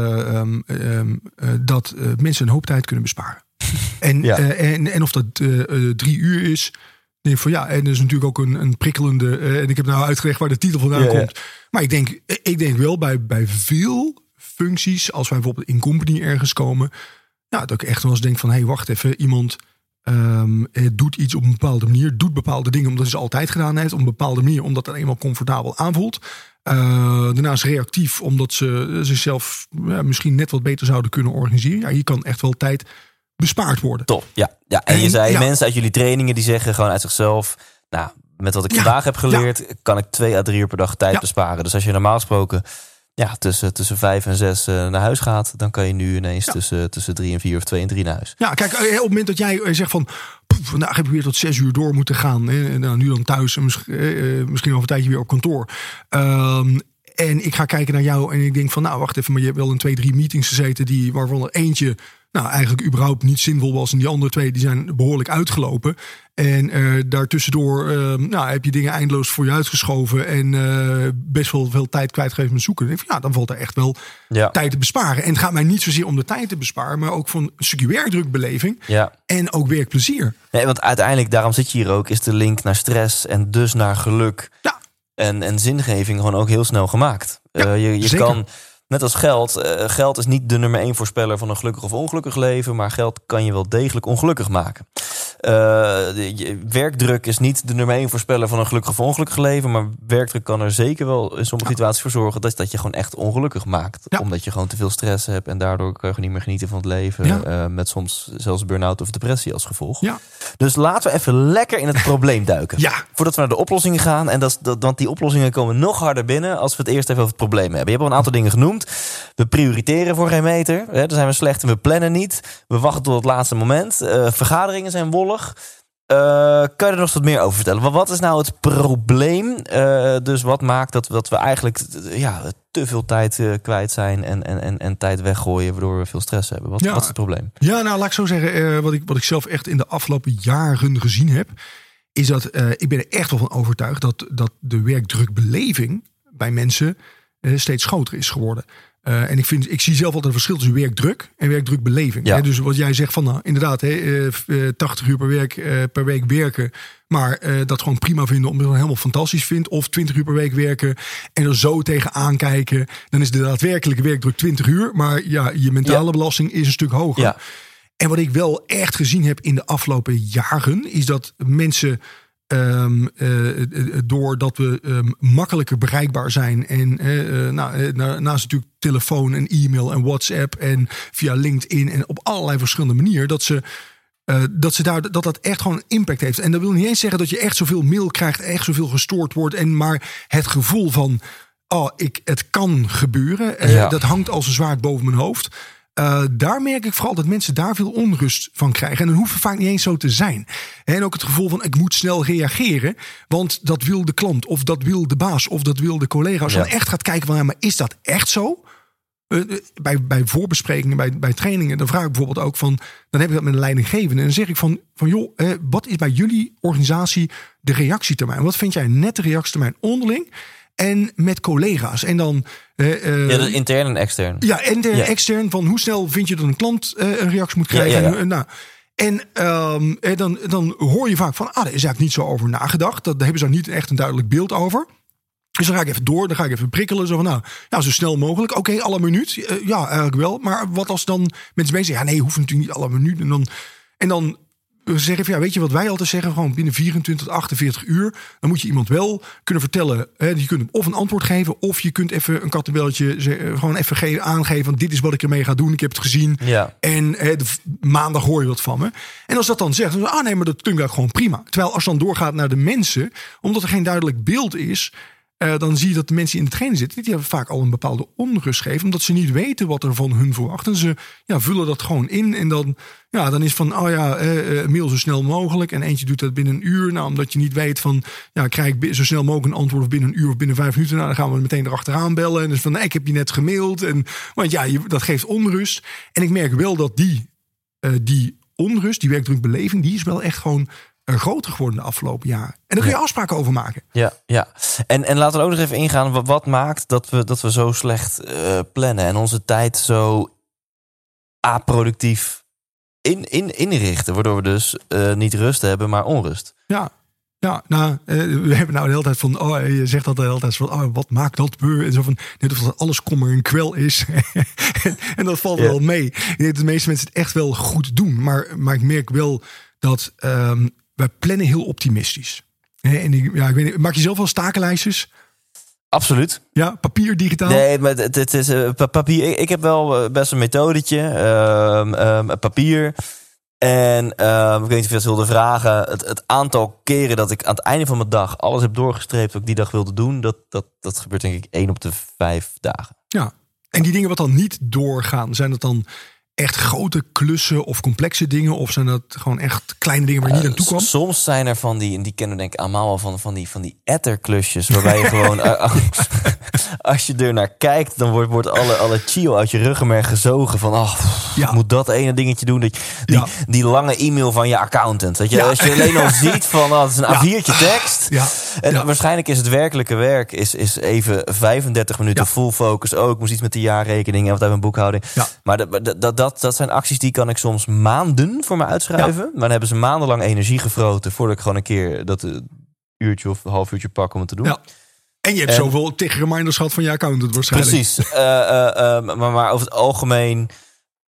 Speaker 1: um, um, uh, dat uh, mensen een hoop tijd kunnen besparen. en, ja. uh, en, en of dat uh, uh, drie uur is. Nee, van ja, en er is natuurlijk ook een, een prikkelende. Uh, en ik heb nou uitgelegd waar de titel vandaan ja, komt. Ja. Maar ik denk, ik denk wel bij, bij veel functies, als wij bijvoorbeeld in company ergens komen. Ja, dat ik echt wel eens denk van, hé, hey, wacht even, iemand um, doet iets op een bepaalde manier, doet bepaalde dingen omdat hij ze altijd gedaan heeft, op een bepaalde manier, omdat dat eenmaal comfortabel aanvoelt. Uh, daarnaast reactief, omdat ze zichzelf uh, misschien net wat beter zouden kunnen organiseren. Ja, hier kan echt wel tijd bespaard worden.
Speaker 3: Top, ja. ja. En, en je zei, ja. mensen uit jullie trainingen die zeggen gewoon uit zichzelf, nou, met wat ik ja. vandaag heb geleerd, ja. kan ik twee à drie uur per dag tijd ja. besparen. Dus als je normaal gesproken ja, tussen, tussen vijf en zes uh, naar huis gaat, dan kan je nu ineens ja. tussen, tussen drie en vier of twee en drie naar huis.
Speaker 1: Ja, kijk, op het moment dat jij zegt van, poef, vandaag heb ik weer tot zes uur door moeten gaan. Hè, en nou, nu dan thuis en misschien, uh, misschien over een tijdje weer op kantoor. Um, en ik ga kijken naar jou en ik denk van, nou wacht even, maar je hebt wel in twee, drie meetings gezeten die waarvan er eentje nou eigenlijk überhaupt niet zinvol was. En die andere twee die zijn behoorlijk uitgelopen. En uh, daartussendoor uh, nou, heb je dingen eindeloos voor je uitgeschoven. En uh, best wel veel tijd kwijtgegeven met zoeken. Dan denk ik van, ja, dan valt er echt wel ja. tijd te besparen. En het gaat mij niet zozeer om de tijd te besparen, maar ook van een stukje werkdrukbeleving. Ja. En ook werkplezier.
Speaker 3: Nee, want uiteindelijk, daarom zit je hier ook, is de link naar stress en dus naar geluk. Ja. En, en zingeving gewoon ook heel snel gemaakt. Ja, uh, je je kan, net als geld, uh, geld is niet de nummer één voorspeller van een gelukkig of ongelukkig leven, maar geld kan je wel degelijk ongelukkig maken. de, werkdruk is niet de nummer één voorspeller van een gelukkig of ongelukkig leven. Maar werkdruk kan er zeker wel in sommige ja. situaties voor zorgen dat, dat je gewoon echt ongelukkig maakt. Ja. Omdat je gewoon te veel stress hebt en daardoor kan je niet meer genieten van het leven. Ja. Uh, met soms zelfs burn-out of depressie als gevolg. Ja. Dus laten we even lekker in het probleem duiken. Ja. Voordat we naar de oplossingen gaan. En dat, dat, want die oplossingen komen nog harder binnen als we het eerst even over het probleem hebben. Je hebt al een aantal dingen genoemd. We prioriteren voor geen meter. Hè, daar zijn we slecht en we plannen niet. We wachten tot het laatste moment. Uh, vergaderingen zijn wollig. Uh, kan je er nog wat meer over vertellen? Wat is nou het probleem? Uh, dus wat maakt dat, dat we eigenlijk ja, te veel tijd uh, kwijt zijn en, en, en, en tijd weggooien, waardoor we veel stress hebben? Wat, ja. wat is het probleem?
Speaker 1: Ja, nou laat ik zo zeggen, uh, wat, ik, wat ik zelf echt in de afgelopen jaren gezien heb, is dat uh, ik ben er echt wel van overtuigd dat, dat de werkdrukbeleving bij mensen uh, steeds groter is geworden. Uh, en ik, vind, ik zie zelf altijd een verschil tussen werkdruk en werkdrukbeleving. Ja. Hè? Dus wat jij zegt van, nou, inderdaad, hè, uh, tachtig uur per week, uh, per week werken, maar uh, dat gewoon prima vinden, omdat je het helemaal fantastisch vindt. Of twintig uur per week werken en er zo tegenaan kijken. Dan is de daadwerkelijke werkdruk twintig uur, maar ja, je mentale ja. belasting is een stuk hoger. Ja. En wat ik wel echt gezien heb in de afgelopen jaren, is dat mensen Um, uh, doordat we um, makkelijker bereikbaar zijn. En uh, nou, naast natuurlijk telefoon en e-mail en WhatsApp en via LinkedIn en op allerlei verschillende manieren, dat ze uh, dat ze daar dat dat echt gewoon impact heeft. En dat wil niet eens zeggen dat je echt zoveel mail krijgt, echt zoveel gestoord wordt. En maar het gevoel van oh, ik, het kan gebeuren. Ja. Uh, dat hangt als een zwaard boven mijn hoofd. Uh, daar merk ik vooral dat mensen daar veel onrust van krijgen. En dat hoeft vaak niet eens zo te zijn. En ook het gevoel van ik moet snel reageren. Want dat wil de klant of dat wil de baas of dat wil de collega. Als je ja. dan echt gaat kijken van ja, maar is dat echt zo? Uh, bij, bij voorbesprekingen, bij, bij trainingen, dan vraag ik bijvoorbeeld ook van, dan heb ik dat met een leidinggevende. En dan zeg ik van, van joh, uh, wat is bij jullie organisatie de reactietermijn? Wat vind jij net de reactietermijn onderling? En met collega's. En dan Uh, uh,
Speaker 3: ja, dus intern en extern.
Speaker 1: Ja, intern en ja. extern. Van hoe snel vind je dat een klant uh, een reactie moet krijgen? Ja, ja, ja. En, uh, nou, en um, uh, dan, dan hoor je vaak van, ah, daar is eigenlijk niet zo over nagedacht. Dat, daar hebben ze daar niet echt een duidelijk beeld over. Dus dan ga ik even door, dan ga ik even prikkelen. Zo van, nou, ja, zo snel mogelijk. Oké, okay, alle minuut. Uh, ja, eigenlijk wel. Maar wat als dan mensen bezig zijn? Ja, nee, hoeft natuurlijk niet alle minuut. En dan, en dan zeggen van, ja, weet je wat wij altijd zeggen? Gewoon binnen vierentwintig tot achtenveertig uur. Dan moet je iemand wel kunnen vertellen. Hè, je kunt hem of een antwoord geven. Of je kunt even een kattenbelletje gewoon even geven, aangeven. Van dit is wat ik ermee ga doen. Ik heb het gezien. Ja. En hè, de, maandag hoor je wat van me. En als dat dan zegt, dan ah nee, maar dat klinkt gewoon prima. Terwijl als je dan doorgaat naar de mensen, omdat er geen duidelijk beeld is, Uh, dan zie je dat de mensen die in het training zitten, die hebben vaak al een bepaalde onrust gegeven, omdat ze niet weten wat er van hun verwacht. En ze ja, vullen dat gewoon in. En dan, ja, dan is van, oh ja, uh, mail zo snel mogelijk. En eentje doet dat binnen een uur. Nou, omdat je niet weet van, ja, krijg ik zo snel mogelijk een antwoord of binnen een uur of binnen vijf minuten. Nou, dan gaan we meteen erachteraan bellen. En dus van, nee, ik heb je net gemaild. En, want ja, je, dat geeft onrust. En ik merk wel dat die, uh, die onrust, die werkdrukbeleving, die is wel echt gewoon groter geworden de afgelopen jaren. En daar kun je ja. afspraken over maken.
Speaker 3: Ja, ja. En, en laten we ook nog even ingaan. Wat, wat maakt dat we, dat we zo slecht uh, plannen en onze tijd zo aproductief in, in, inrichten, waardoor we dus uh, niet rust hebben, maar onrust.
Speaker 1: Ja. Ja, nou, uh, we hebben nou de hele tijd van, oh, je zegt dat de hele tijd van, oh, wat maakt dat beu? En zo van, net of dat alles kommer en kwel is. en, en dat valt ja. wel mee. Ik denk dat de meeste mensen het echt wel goed doen. Maar, maar ik merk wel dat um, wij plannen heel optimistisch. En ik, ja, ik weet niet, maak je zelf wel stakenlijstjes?
Speaker 3: Absoluut.
Speaker 1: Ja, papier, digitaal?
Speaker 3: Nee, maar het, het is uh, papier. Ik, ik heb wel best een methodetje. Uh, uh, papier. En uh, ik weet niet of je dat wilde vragen. Het, het aantal keren dat ik aan het einde van mijn dag alles heb doorgestreept wat ik die dag wilde doen, dat, dat, dat gebeurt denk ik één op de vijf dagen.
Speaker 1: Ja, en die dingen wat dan niet doorgaan, zijn dat dan echt grote klussen of complexe dingen? Of zijn dat gewoon echt kleine dingen waar je niet aan toe kwam?
Speaker 3: Uh, soms zijn er van die, en die kennen we denk ik allemaal wel van, van die, van die etterklusjes, waarbij je gewoon, uh, als je er naar kijkt, dan wordt, wordt alle, alle chill uit je ruggenmerg gezogen van, oh, ja. ik moet dat ene dingetje doen. Die, die, ja. die lange e-mail van je accountant. Dat je, ja. Als je alleen al ziet van, oh, het is een A viertje tekst. Ja. En ja. waarschijnlijk is het werkelijke werk is, is even vijfendertig minuten ja. full focus. Oh, ik moest iets met de jaarrekening en wat uit mijn boekhouding. Ja. Maar dat, dat, dat Dat, dat zijn acties die kan ik soms maanden voor me uitschrijven. Ja. Maar dan hebben ze maandenlang energie gefroten voordat ik gewoon een keer dat uurtje of een half uurtje pak om het te doen. Ja.
Speaker 1: En je hebt en, zoveel tegen reminders gehad van je accountant waarschijnlijk.
Speaker 3: Precies. uh, uh, uh, maar, maar over het algemeen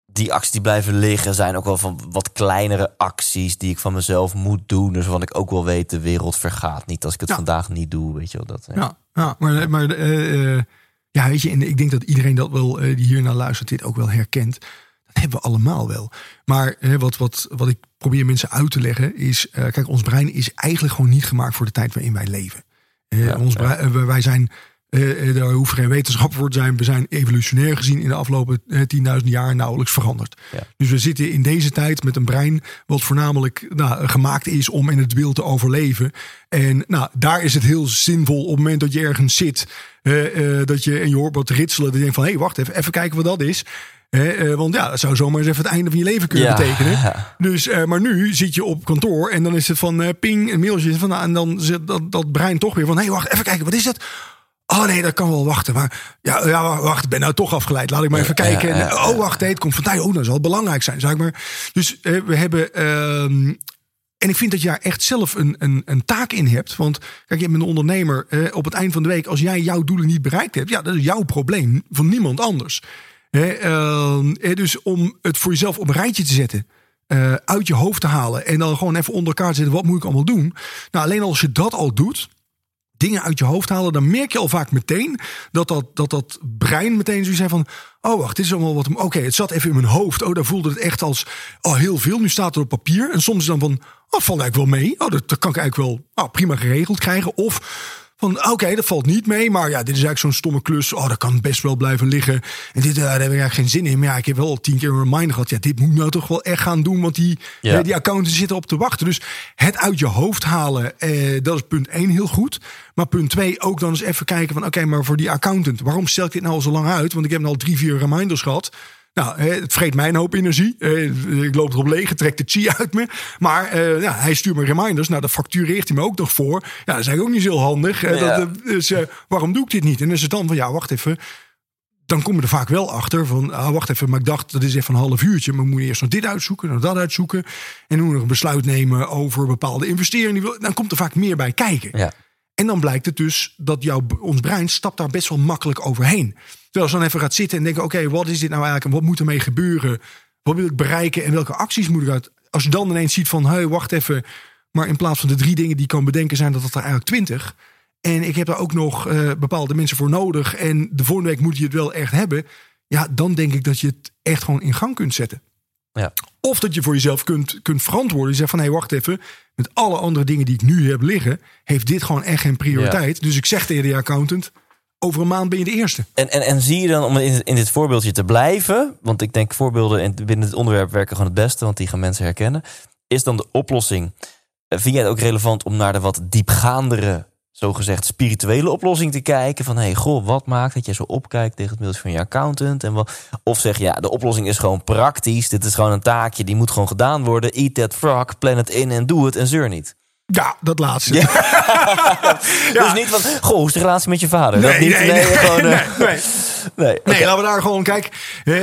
Speaker 3: die acties die blijven liggen zijn ook wel van wat kleinere acties die ik van mezelf moet doen. Dus waarvan ik ook wel weet, de wereld vergaat niet als ik het ja. vandaag niet doe. Weet je wel dat? Ja,
Speaker 1: ja, ja maar, maar uh, uh, ja, weet je, en ik denk dat iedereen dat wel uh, die hier naar luistert, dit ook wel herkent. Dat hebben we allemaal wel. Maar uh, wat, wat, wat ik probeer mensen uit te leggen is, uh, kijk, ons brein is eigenlijk gewoon niet gemaakt voor de tijd waarin wij leven. Uh, ja, ons brein, uh, wij zijn. Uh, daar hoeft geen wetenschap voor te zijn. We zijn evolutionair gezien in de afgelopen uh, tienduizend jaar nauwelijks veranderd. Ja. Dus we zitten in deze tijd met een brein wat voornamelijk nou, gemaakt is om in het wild te overleven. En nou, daar is het heel zinvol op het moment dat je ergens zit. Uh, uh, dat je, en je hoort wat ritselen. Dat je denkt van, hé, hey, wacht even, even kijken wat dat is. Uh, uh, want ja, dat zou zomaar eens even het einde van je leven kunnen ja. betekenen. Ja. Dus, uh, maar nu zit je op kantoor en dan is het van uh, ping, een mailtje. Van, nou, en dan zit dat, dat brein toch weer van, hé, hey, wacht, even kijken, wat is het? Oh nee, dat kan wel wachten. Maar ja, ja wacht, ik ben nou toch afgeleid. Laat ik maar even ja, kijken. Ja, ja, ja. Oh, wacht, nee, het komt van tijd. Oh, dat zal belangrijk zijn, zeg maar. Dus uh, we hebben... Um, en ik vind dat je daar echt zelf een, een, een taak in hebt. Want kijk, je bent een ondernemer. Uh, op het eind van de week, als jij jouw doelen niet bereikt hebt... ja, dat is jouw probleem van niemand anders. Uh, uh, dus om het voor jezelf op een rijtje te zetten... Uh, uit je hoofd te halen... en dan gewoon even onder elkaar te zetten... wat moet ik allemaal doen? Nou, alleen als je dat al doet... dingen uit je hoofd halen, dan merk je al vaak meteen dat dat, dat, dat brein meteen zoiets heeft van, oh wacht, dit is allemaal wat, oké, okay, het zat even in mijn hoofd. Oh, daar voelde het echt als, oh heel veel, nu staat het op papier. En soms dan van, oh, valt eigenlijk wel mee. Oh, dat, dat kan ik eigenlijk wel oh, prima geregeld krijgen. Of van, oké, okay, dat valt niet mee, maar ja, dit is eigenlijk zo'n stomme klus. Oh, dat kan best wel blijven liggen. En dit, uh, daar heb ik eigenlijk geen zin in. Maar ja, ik heb wel al tien keer een reminder gehad. Ja, dit moet ik nou toch wel echt gaan doen, want die, ja. uh, die accountants zitten op te wachten. Dus het uit je hoofd halen, uh, dat is punt één heel goed. Maar punt twee, ook dan eens even kijken van, oké, okay, maar voor die accountant, waarom stel ik dit nou al zo lang uit? Want ik heb al drie, vier reminders gehad. Nou, het vreet mij een hoop energie. Ik loop erop leeg, trek de chi uit me. Maar uh, ja, hij stuurt me reminders. Nou, daar factureert hij me ook nog voor. Ja, dat is eigenlijk ook niet zo heel handig. Ja. Dat, dus uh, waarom doe ik dit niet? En dan is het dan van, ja, wacht even. Dan kom je er vaak wel achter van, ah, wacht even, maar ik dacht, dat is even een half uurtje. Maar we moeten eerst nog dit uitzoeken, nog dat uitzoeken. En dan moet nog een besluit nemen over bepaalde investeringen. Dan komt er vaak meer bij kijken. Ja. En dan blijkt het dus dat jouw, ons brein stapt daar best wel makkelijk overheen. Terwijl ze dan even gaat zitten en denken, oké, okay, wat is dit nou eigenlijk? En wat moet ermee gebeuren? Wat wil ik bereiken? En welke acties moet ik uit? Als je dan ineens ziet van, hé, hey, wacht even. Maar in plaats van de drie dingen die ik kan bedenken, zijn dat het er eigenlijk twintig. En ik heb daar ook nog uh, bepaalde mensen voor nodig. En de volgende week moet je het wel echt hebben. Ja, dan denk ik dat je het echt gewoon in gang kunt zetten. Ja. Of dat je voor jezelf kunt, kunt verantwoorden. Je zegt van, hé, hey, wacht even. Met alle andere dingen die ik nu heb liggen, heeft dit gewoon echt geen prioriteit. Ja. Dus ik zeg tegen de accountant, over een maand ben je de eerste. En,
Speaker 3: en, en zie je dan, om in, in dit voorbeeldje te blijven, want ik denk voorbeelden in, binnen het onderwerp werken gewoon het beste, want die gaan mensen herkennen. Is dan de oplossing, vind jij het ook relevant om naar de wat diepgaandere, zogezegd spirituele oplossing te kijken? Van, hé, hey, goh, wat maakt dat je zo opkijkt tegen het mailtje van je accountant? En wat, of zeg je, ja, de oplossing is gewoon praktisch. Dit is gewoon een taakje, die moet gewoon gedaan worden. Eat that frog, plan het in en doe het en zeur niet.
Speaker 1: Ja, dat laatste.
Speaker 3: Ja. ja. Dus niet van, goh, hoe is de relatie met je vader?
Speaker 1: Nee,
Speaker 3: dat niet,
Speaker 1: nee, nee, nee,
Speaker 3: gewoon,
Speaker 1: nee,
Speaker 3: uh...
Speaker 1: nee.
Speaker 3: nee, okay.
Speaker 1: nee, laten we daar gewoon, kijk,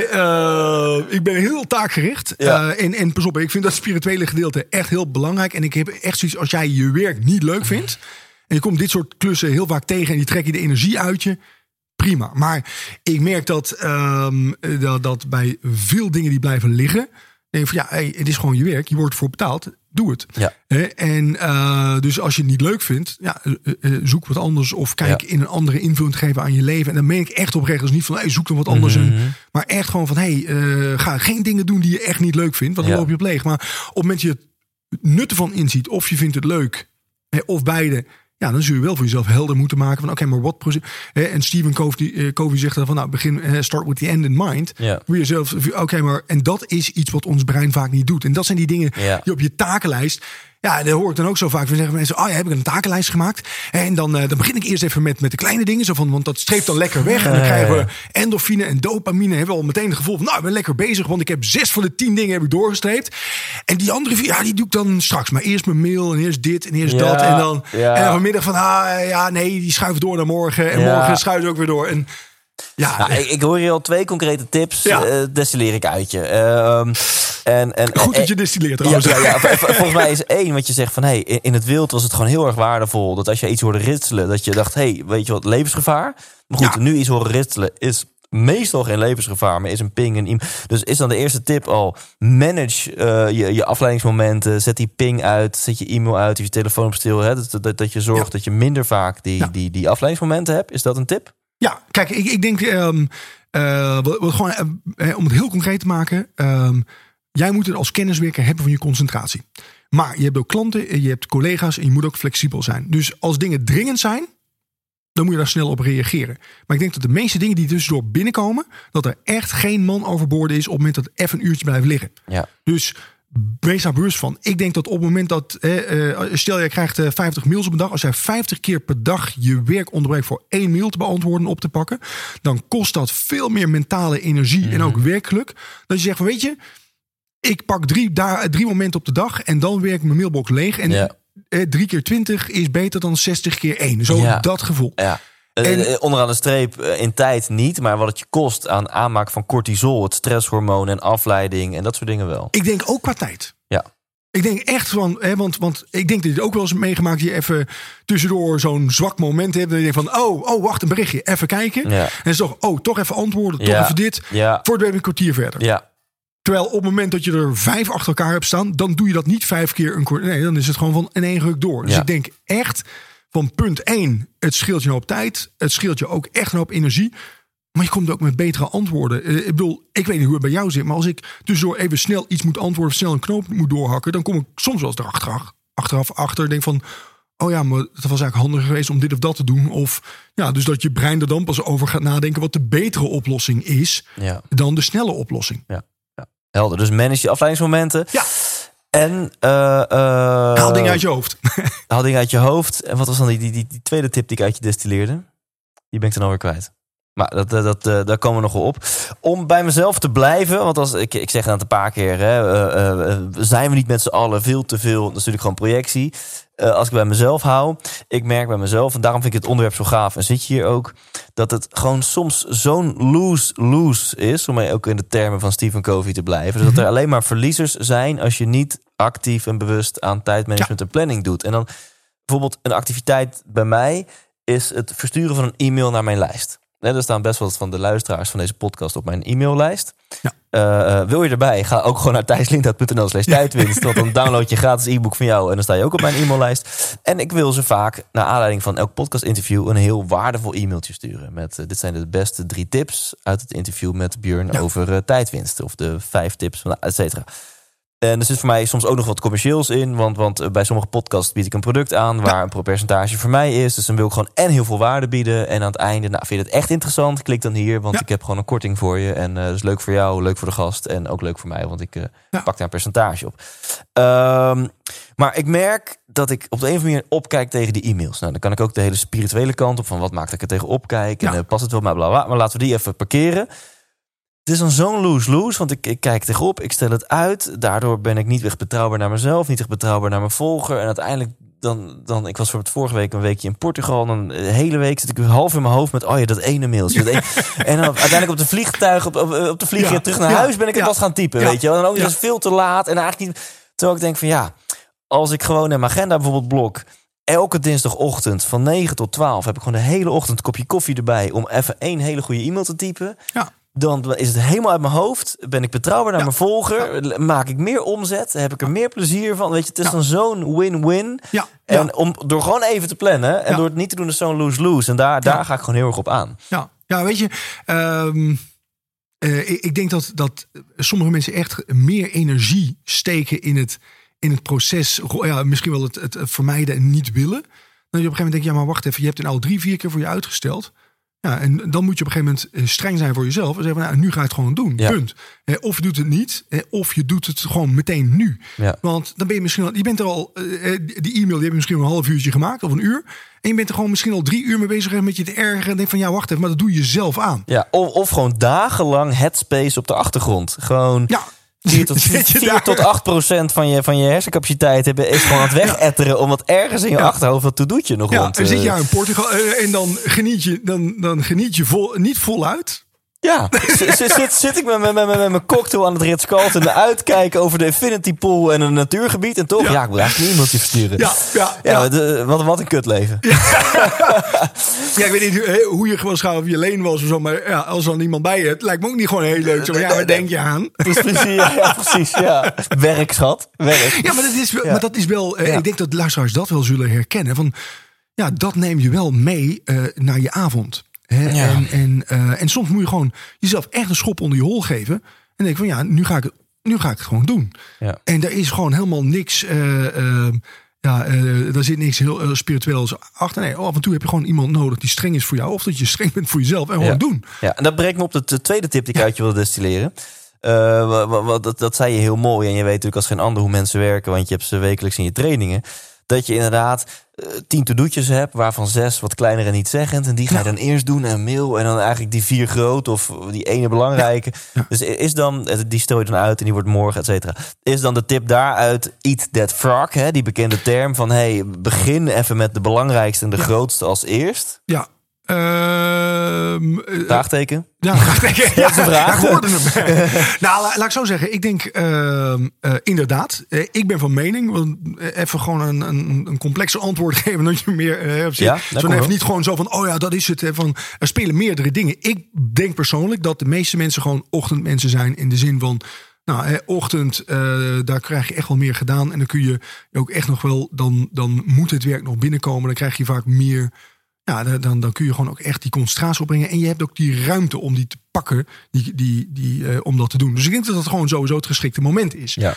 Speaker 1: uh, ik ben heel taakgericht. Ja. Uh, en, en pas op, ik vind dat spirituele gedeelte echt heel belangrijk. En ik heb echt zoiets, als jij je werk niet leuk vindt, en je komt dit soort klussen heel vaak tegen en die trek je de energie uit je, prima. Maar ik merk dat, um, dat, dat bij veel dingen die blijven liggen, denk van, ja, hey, het is gewoon je werk, je wordt ervoor betaald, doe het. Ja. En uh, dus als je het niet leuk vindt, ja, uh, uh, zoek wat anders of kijk ja. in een andere invulling te geven aan je leven. En dan meen ik echt oprecht, dus niet van, hey, zoek dan wat anders, mm-hmm. en, maar echt gewoon van, hey, uh, ga geen dingen doen die je echt niet leuk vindt, want dan ja. loop je op leeg. Maar op het moment je het nut ervan inziet, of je vindt het leuk, hè, of beide, ja, dan zul je wel voor jezelf helder moeten maken van, oké, okay, maar wat proces. En Stephen Covey, uh, Covey zegt dan van, nou, begin, uh, start with the end in mind. Ja. Voor jezelf, oké, okay, maar en dat is iets wat ons brein vaak niet doet. En dat zijn die dingen ja. die op je takenlijst. Ja, daar hoor ik dan ook zo vaak van zeggen mensen, oh ja, heb ik een takenlijst gemaakt. En dan, uh, dan begin ik eerst even met, met de kleine dingen. Zo van, want dat streept dan lekker weg. En dan krijgen we endorfine en dopamine. Hebben we al meteen het gevoel van, nou, ik ben lekker bezig. Want ik heb zes van de tien dingen heb ik doorgestreept. En die andere vier, ja, die doe ik dan straks. Maar eerst mijn mail en eerst dit en eerst ja, dat. En dan, ja. en dan vanmiddag van, ah, ja, nee, die schuift door naar morgen. En ja. morgen schuift ook weer door. En ja,
Speaker 3: nou, ik, ik hoor hier al twee concrete tips. Ja. Uh, destilleer ik uit je. Uh, en, en,
Speaker 1: Goed dat je destilleert trouwens.
Speaker 3: Ja, ja, ja, volgens mij is één wat je zegt van, hey, in het wild was het gewoon heel erg waardevol dat als je iets hoorde ritselen, dat je dacht, hey, weet je wat, levensgevaar. Maar goed, ja. nu iets horen ritselen is meestal geen levensgevaar, maar is een ping een e-mail. Dus is dan de eerste tip al, manage uh, je, je afleidingsmomenten. Zet die ping uit, zet je e-mail uit, of je telefoon op stil. Hè, dat, dat, dat je zorgt ja. dat je minder vaak die, ja. die, die afleidingsmomenten hebt. Is dat een tip?
Speaker 1: Ja, kijk, ik, ik denk, um, uh, wat, wat gewoon, uh, om het heel concreet te maken. Um, jij moet het als kenniswerker hebben van je concentratie. Maar je hebt ook klanten, je hebt collega's en je moet ook flexibel zijn. Dus als dingen dringend zijn, dan moet je daar snel op reageren. Maar ik denk dat de meeste dingen die tussendoor binnenkomen, dat er echt geen man overboord is op het moment dat het even een uurtje blijft liggen.
Speaker 3: Ja.
Speaker 1: Dus wees daar bewust van. Ik denk dat op het moment dat, eh, stel jij krijgt vijftig mails op een dag. Als jij vijftig keer per dag je werk onderbreekt voor één mail te beantwoorden en op te pakken, dan kost dat veel meer mentale energie mm-hmm. en ook werkgeluk. Dat je zegt van, weet je, ik pak drie, da- drie momenten op de dag en dan werk ik mijn mailbox leeg. En ja. eh, drie keer twintig is beter dan zestig keer één. Zo ja. dat gevoel.
Speaker 3: Ja. En, onderaan de streep in tijd niet, maar wat het je kost aan aanmaak van cortisol, het stresshormoon en afleiding en dat soort dingen wel.
Speaker 1: Ik denk ook qua tijd.
Speaker 3: Ja.
Speaker 1: Ik denk echt van, hè, want, want ik denk dat je het ook wel eens meegemaakt, je even tussendoor zo'n zwak moment hebt en je denkt van, oh, oh, wacht, een berichtje, even kijken.
Speaker 3: Ja.
Speaker 1: En het is toch, oh, toch even antwoorden, toch
Speaker 3: ja.
Speaker 1: even dit.
Speaker 3: Ja.
Speaker 1: Voor het een kwartier verder.
Speaker 3: Ja.
Speaker 1: Terwijl op het moment dat je er vijf achter elkaar hebt staan, dan doe je dat niet vijf keer een kwartier. Nee, dan is het gewoon van in één ruk door. Dus
Speaker 3: ja.
Speaker 1: ik denk echt van punt één, het scheelt je een hoop tijd. Het scheelt je ook echt een hoop energie. Maar je komt ook met betere antwoorden. Uh, ik bedoel, ik weet niet hoe het bij jou zit, maar als ik tussendoor even snel iets moet antwoorden, of snel een knoop moet doorhakken, dan kom ik soms wel eens erachteraf achteraf achter. Denk van, oh ja, maar het was eigenlijk handiger geweest om dit of dat te doen. Of ja, dus dat je brein er dan pas over gaat nadenken wat de betere oplossing is
Speaker 3: ja.
Speaker 1: dan de snelle oplossing.
Speaker 3: Ja. Ja. Helder. Dus manage je afleidingsmomenten.
Speaker 1: Ja.
Speaker 3: En uh, uh,
Speaker 1: haal dingen uit je hoofd.
Speaker 3: Haal dingen uit je hoofd. En wat was dan die, die, die, die tweede tip die ik uit je destilleerde? Die ben ik dan alweer kwijt. Maar dat, dat, dat, uh, daar komen we nog wel op. Om bij mezelf te blijven. Want als ik, ik zeg het een paar keer. Hè, uh, uh, zijn we niet met z'n allen veel te veel. Dat is natuurlijk gewoon projectie. Uh, als ik bij mezelf hou. Ik merk bij mezelf. En daarom vind ik het onderwerp zo gaaf. En zit je hier ook. Dat het gewoon soms zo'n lose-lose is. Om mij ook in de termen van Stephen Covey te blijven. Dus mm-hmm. dat er alleen maar verliezers zijn. Als je niet actief en bewust aan tijdmanagement ja. en planning doet. En dan bijvoorbeeld een activiteit bij mij. Is het versturen van een e-mail naar mijn lijst. Nee, er staan best wel wat van de luisteraars van deze podcast op mijn e-maillijst. Ja. Uh, uh, wil je erbij? Ga ook gewoon naar thijslindhout punt n l slash tijdwinst. Want dan download je gratis e-book van jou en dan sta je ook op mijn e-maillijst. En ik wil ze vaak, naar aanleiding van elk podcast interview, een heel waardevol e-mailtje sturen. Met uh, dit zijn de beste drie tips uit het interview met Björn ja. over uh, tijdwinst. Of de vijf tips, van, et cetera. En er zit voor mij soms ook nog wat commercieels in. Want, want bij sommige podcasts bied ik een product aan waar ja. een percentage voor mij is. Dus dan wil ik gewoon en heel veel waarde bieden. En aan het einde, nou, vind je het echt interessant? Klik dan hier, want ja. ik heb gewoon een korting voor je. En uh, dat is leuk voor jou, leuk voor de gast. En ook leuk voor mij, want ik uh, ja. pak daar een percentage op. Um, maar ik merk dat ik op de een of andere manier opkijk tegen die e-mails. Nou, dan kan ik ook de hele spirituele kant op. Van wat maakt dat ik er tegen opkijk? Ja. En uh, past het wel bij bla, bla, bla. Maar laten we die even parkeren. Het is dan zo'n lose-lose, want ik, ik kijk tegenop, ik stel het uit. Daardoor ben ik niet echt betrouwbaar naar mezelf, niet echt betrouwbaar naar mijn volger. En uiteindelijk, dan, dan ik was voor het vorige week een weekje in Portugal. En dan de hele week zit ik half in mijn hoofd met, oh ja, dat ene mailtje. Dat ene. En dan uiteindelijk op de vliegtuig, op, op, op de vliegtuig ja, terug naar ja, huis ben ik het ja, pas gaan typen, ja, weet je wel. En ook ja. dus veel te laat en eigenlijk niet. Terwijl ik denk van ja, als ik gewoon in mijn agenda bijvoorbeeld blok. Elke dinsdagochtend van negen tot twaalf heb ik gewoon de hele ochtend een kopje koffie erbij om even één hele goede e-mail te typen. Ja. Dan is het helemaal uit mijn hoofd. Ben ik betrouwbaar naar ja. mijn volger. Ja. Maak ik meer omzet. Heb ik er meer plezier van. Weet je, het is ja. dan zo'n win-win. Ja. En ja. om door gewoon even te plannen. En ja. door het niet te doen is zo'n lose-lose. En daar, ja. daar ga ik gewoon heel erg op aan.
Speaker 1: Ja, ja weet je. Um, uh, ik, ik denk dat, dat sommige mensen echt meer energie steken in het, in het proces. Ja, misschien wel het, het vermijden en niet willen. Dan je op een gegeven moment denkt, ja, maar wacht even. Je hebt het al drie, vier keer voor je uitgesteld. Ja, en dan moet je op een gegeven moment streng zijn voor jezelf. En zeggen, nou, nu ga je het gewoon doen. Ja. Punt. Of je doet het niet. Of je doet het gewoon meteen nu. Ja. Want dan ben je misschien al... Je bent er al... Die e-mail die heb je misschien een half uurtje gemaakt. Of een uur. En je bent er gewoon misschien al drie uur mee bezig met je te ergeren. En denk van, ja, wacht even. Maar dat doe je zelf aan.
Speaker 3: Ja, of, of gewoon dagenlang headspace op de achtergrond. Gewoon... Ja. vier tot, vier tot acht procent van je, van je hersencapaciteit hebben is gewoon aan het wegetteren. Ja. Omdat ergens in je ja. achterhoofd wat to-doetje nog
Speaker 1: ja,
Speaker 3: rond.
Speaker 1: En zit je in Portugal en dan geniet je, dan, dan geniet je vol, niet voluit.
Speaker 3: Ja, zit, zit, zit ik met, met, met, met mijn cocktail aan het Ritz-Carlton uitkijken over de Infinity Pool en een natuurgebied. En toch, ja, ja ik moet eigenlijk niet iemand versturen.
Speaker 1: Ja, ja,
Speaker 3: ja,
Speaker 1: ja.
Speaker 3: De, wat, wat een kutleven.
Speaker 1: Ja. Ja, ik weet niet hoe je gewoon schouw of je alleen was of zo. Maar ja, als er dan iemand bij je hebt, lijkt me ook niet gewoon heel leuk. Zo, maar ja, waar denk je aan?
Speaker 3: Precies, ja, ja, precies, ja. Werk, schat. Werk.
Speaker 1: Ja, maar dat is wel,
Speaker 3: Ja.
Speaker 1: maar dat is wel
Speaker 3: Ja.
Speaker 1: ik denk dat luisteraars dat wel zullen herkennen. Van, ja, dat neem je wel mee uh, naar je avond. Hè?
Speaker 3: Ja.
Speaker 1: En, en, uh, en soms moet je gewoon jezelf echt een schop onder je hol geven. En denk van ja, nu ga ik het, nu ga ik het gewoon doen.
Speaker 3: Ja.
Speaker 1: En daar is gewoon helemaal niks. Uh, uh, ja, uh, daar zit niks heel uh, spiritueels achter. Nee, af en toe heb je gewoon iemand nodig die streng is voor jou. Of dat je streng bent voor jezelf en gewoon
Speaker 3: Ja.
Speaker 1: doen.
Speaker 3: Ja, en dat brengt me op de t- tweede tip die ik uit je wil destilleren. Uh, wa- wa- wa- dat, dat zei je heel mooi. En je weet natuurlijk als geen ander hoe mensen werken. Want je hebt ze wekelijks in je trainingen. Dat je inderdaad uh, tien to-do'tjes hebt. Waarvan zes wat kleiner en niet zeggend. En die ga je dan eerst doen. En mail. En dan eigenlijk die vier groot. Of die ene belangrijke.
Speaker 1: Ja. Ja.
Speaker 3: Dus is dan, die stel je dan uit. En die wordt morgen, et cetera. Is dan de tip daaruit eat that frog. Hè, die bekende term van hey, begin even met de belangrijkste en de
Speaker 1: Ja.
Speaker 3: grootste als eerst.
Speaker 1: Ja. Uh,
Speaker 3: Vraagteken.
Speaker 1: Ja, vraagteken. Ja,
Speaker 3: Dat is een vraag.
Speaker 1: ja, ik hoorde hem. Nou, la, laat ik zo zeggen. Ik denk uh, uh, inderdaad. Uh, ik ben van mening. Want, uh, even gewoon een, een, een complexer antwoord geven. Dat je meer uh, op zich.
Speaker 3: Ja,
Speaker 1: zo even wel. Niet gewoon zo van. Oh ja, dat is het. Hè, van, er spelen meerdere dingen. Ik denk persoonlijk dat de meeste mensen gewoon ochtendmensen zijn. In de zin van. Nou, hè, ochtend, uh, daar krijg je echt wel meer gedaan. En dan kun je ook echt nog wel. Dan, dan moet het werk nog binnenkomen. Dan krijg je vaak meer. Ja, dan, dan kun je gewoon ook echt die concentratie opbrengen. En je hebt ook die ruimte om die te pakken, die, die, die, uh, om dat te doen. Dus ik denk dat dat gewoon sowieso het geschikte moment is.
Speaker 3: Ja.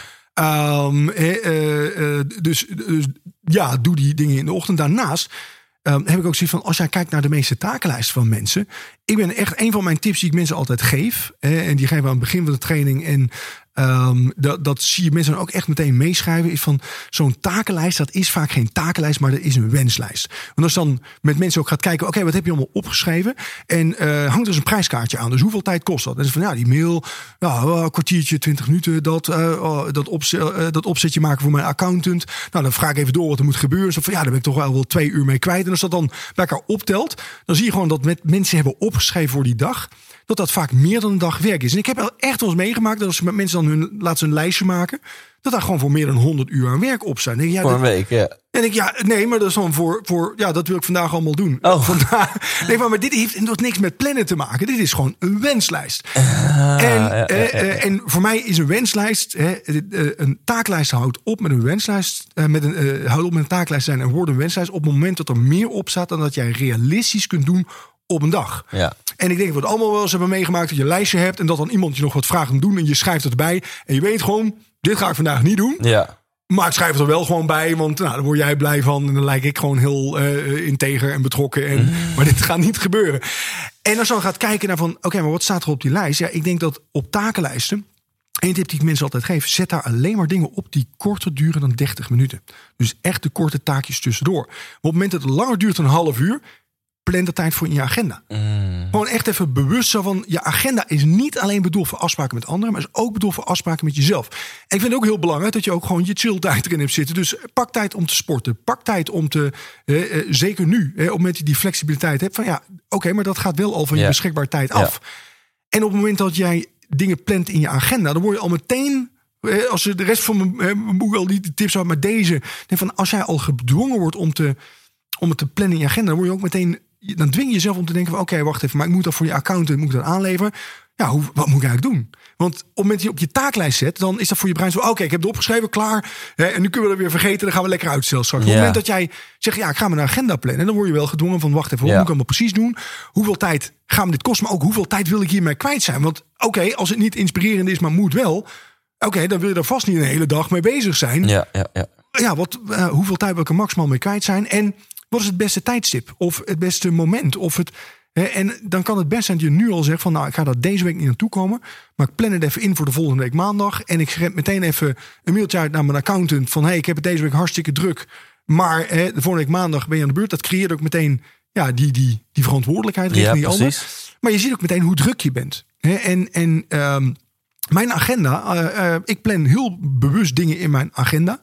Speaker 1: Um, eh, uh, uh, dus, dus ja, doe die dingen in de ochtend. Daarnaast um, heb ik ook zoiets van, als jij kijkt naar de meeste takenlijsten van mensen. Ik ben echt een van mijn tips die ik mensen altijd geef. Eh, en die geven we aan het begin van de training. En Um, dat, dat zie je mensen dan ook echt meteen meeschrijven. Is van zo'n takenlijst, dat is vaak geen takenlijst, maar dat is een wenslijst. Want als dan met mensen ook gaat kijken, oké, okay, wat heb je allemaal opgeschreven? En uh, hangt er dus een prijskaartje aan. Dus hoeveel tijd kost dat? En dus van ja, die mail, ja, een kwartiertje, twintig minuten, dat, uh, oh, dat, opzet, uh, dat opzetje maken voor mijn accountant. Nou, dan vraag ik even door wat er moet gebeuren. Zo van ja, daar ben ik toch wel wel twee uur mee kwijt. En als dat dan bij elkaar optelt, dan zie je gewoon dat met mensen hebben opgeschreven voor die dag. Dat dat vaak meer dan een dag werk is. En ik heb wel echt wel eens meegemaakt dat als ze met mensen dan hun laten ze een lijstje maken, dat daar gewoon voor meer dan honderd uur aan werk op zijn. En ja,
Speaker 3: Voor een
Speaker 1: dat,
Speaker 3: week, ja.
Speaker 1: en ik ja, nee, maar dat is dan voor, voor ja, dat wil ik vandaag allemaal doen.
Speaker 3: Oh.
Speaker 1: Vandaag, nee, maar, maar dit heeft nog niks met plannen te maken. Dit is gewoon een wenslijst.
Speaker 3: Ah,
Speaker 1: en,
Speaker 3: ja, ja,
Speaker 1: eh,
Speaker 3: ja.
Speaker 1: eh, en voor mij is een wenslijst, hè, eh, een taaklijst houdt op met een wenslijst, eh, met een eh, houdt op met een taaklijst zijn en wordt een wenslijst op het moment dat er meer op staat dan dat jij realistisch kunt doen op een dag.
Speaker 3: Ja.
Speaker 1: En ik denk dat we het allemaal wel eens hebben meegemaakt dat je een lijstje hebt en dat dan iemand je nog wat vraagt om doen en je schrijft het erbij en je weet gewoon, dit ga ik vandaag niet doen.
Speaker 3: Ja.
Speaker 1: Maar ik schrijf het er wel gewoon bij, want nou, dan word jij blij van en dan lijk ik gewoon heel uh, integer en betrokken. En, mm. Maar dit gaat niet gebeuren. En als je dan gaat kijken naar van, oké, okay, maar wat staat er op die lijst? Ja, ik denk dat op takenlijsten, één tip die ik mensen altijd geef, zet daar alleen maar dingen op die korter duren dan dertig minuten. Dus echt de korte taakjes tussendoor. Maar op het moment dat het langer duurt dan een half uur, plan de tijd voor in je agenda.
Speaker 3: Mm.
Speaker 1: Gewoon echt even bewust zo van, je agenda is niet alleen bedoeld voor afspraken met anderen, maar is ook bedoeld voor afspraken met jezelf. En ik vind het ook heel belangrijk dat je ook gewoon je chilltijd erin hebt zitten. Dus pak tijd om te sporten. Pak tijd om te, eh, eh, zeker nu, eh, op het moment dat je die flexibiliteit hebt, van ja, oké, okay, maar dat gaat wel al van je
Speaker 3: ja.
Speaker 1: beschikbare tijd af. Ja. En op het moment dat jij dingen plant in je agenda, dan word je al meteen, eh, als je de rest van mijn, eh, mijn boek al niet de tips had, maar deze, van als jij al gedwongen wordt om, te, om het te plannen in je agenda, dan word je ook meteen, dan dwing je jezelf om te denken van oké, okay, wacht even, maar ik moet dat voor je accountant, moet ik dat aanleveren. Ja, hoe, wat moet ik eigenlijk doen? Want op het moment dat je op je taaklijst zet, dan is dat voor je brein zo, oké, okay, ik heb het opgeschreven, klaar. Hè, en nu kunnen we dat weer vergeten, dan gaan we lekker uitstellen straks. Ja. Op het moment dat jij zegt, ja, ik ga mijn agenda plannen, dan word je wel gedwongen van, wacht even, wat ja. moet ik allemaal precies doen? Hoeveel tijd gaan we dit kosten? Maar ook hoeveel tijd wil ik hiermee kwijt zijn? Want oké, okay, als het niet inspirerend is, maar moet wel, oké, okay, dan wil je er vast niet een hele dag mee bezig zijn.
Speaker 3: Ja, ja, ja.
Speaker 1: Ja, wat, uh, hoeveel tijd wil ik er maximaal mee kwijt zijn? En wat is het beste tijdstip? Of het beste moment? Of het, hè, en dan kan het best zijn dat je nu al zegt van, nou, ik ga daar deze week niet naartoe komen, maar ik plan het even in voor de volgende week maandag. En ik schrijf meteen even een mailtje uit naar mijn accountant van, hey, ik heb het deze week hartstikke druk, maar hè, de volgende week maandag ben je aan de beurt. Dat creëert ook meteen ja, die, die, die verantwoordelijkheid richting
Speaker 3: ja,
Speaker 1: die ander. Maar je ziet ook meteen hoe druk je bent. Hè? En, en um, mijn agenda, uh, uh, ik plan heel bewust dingen in mijn agenda.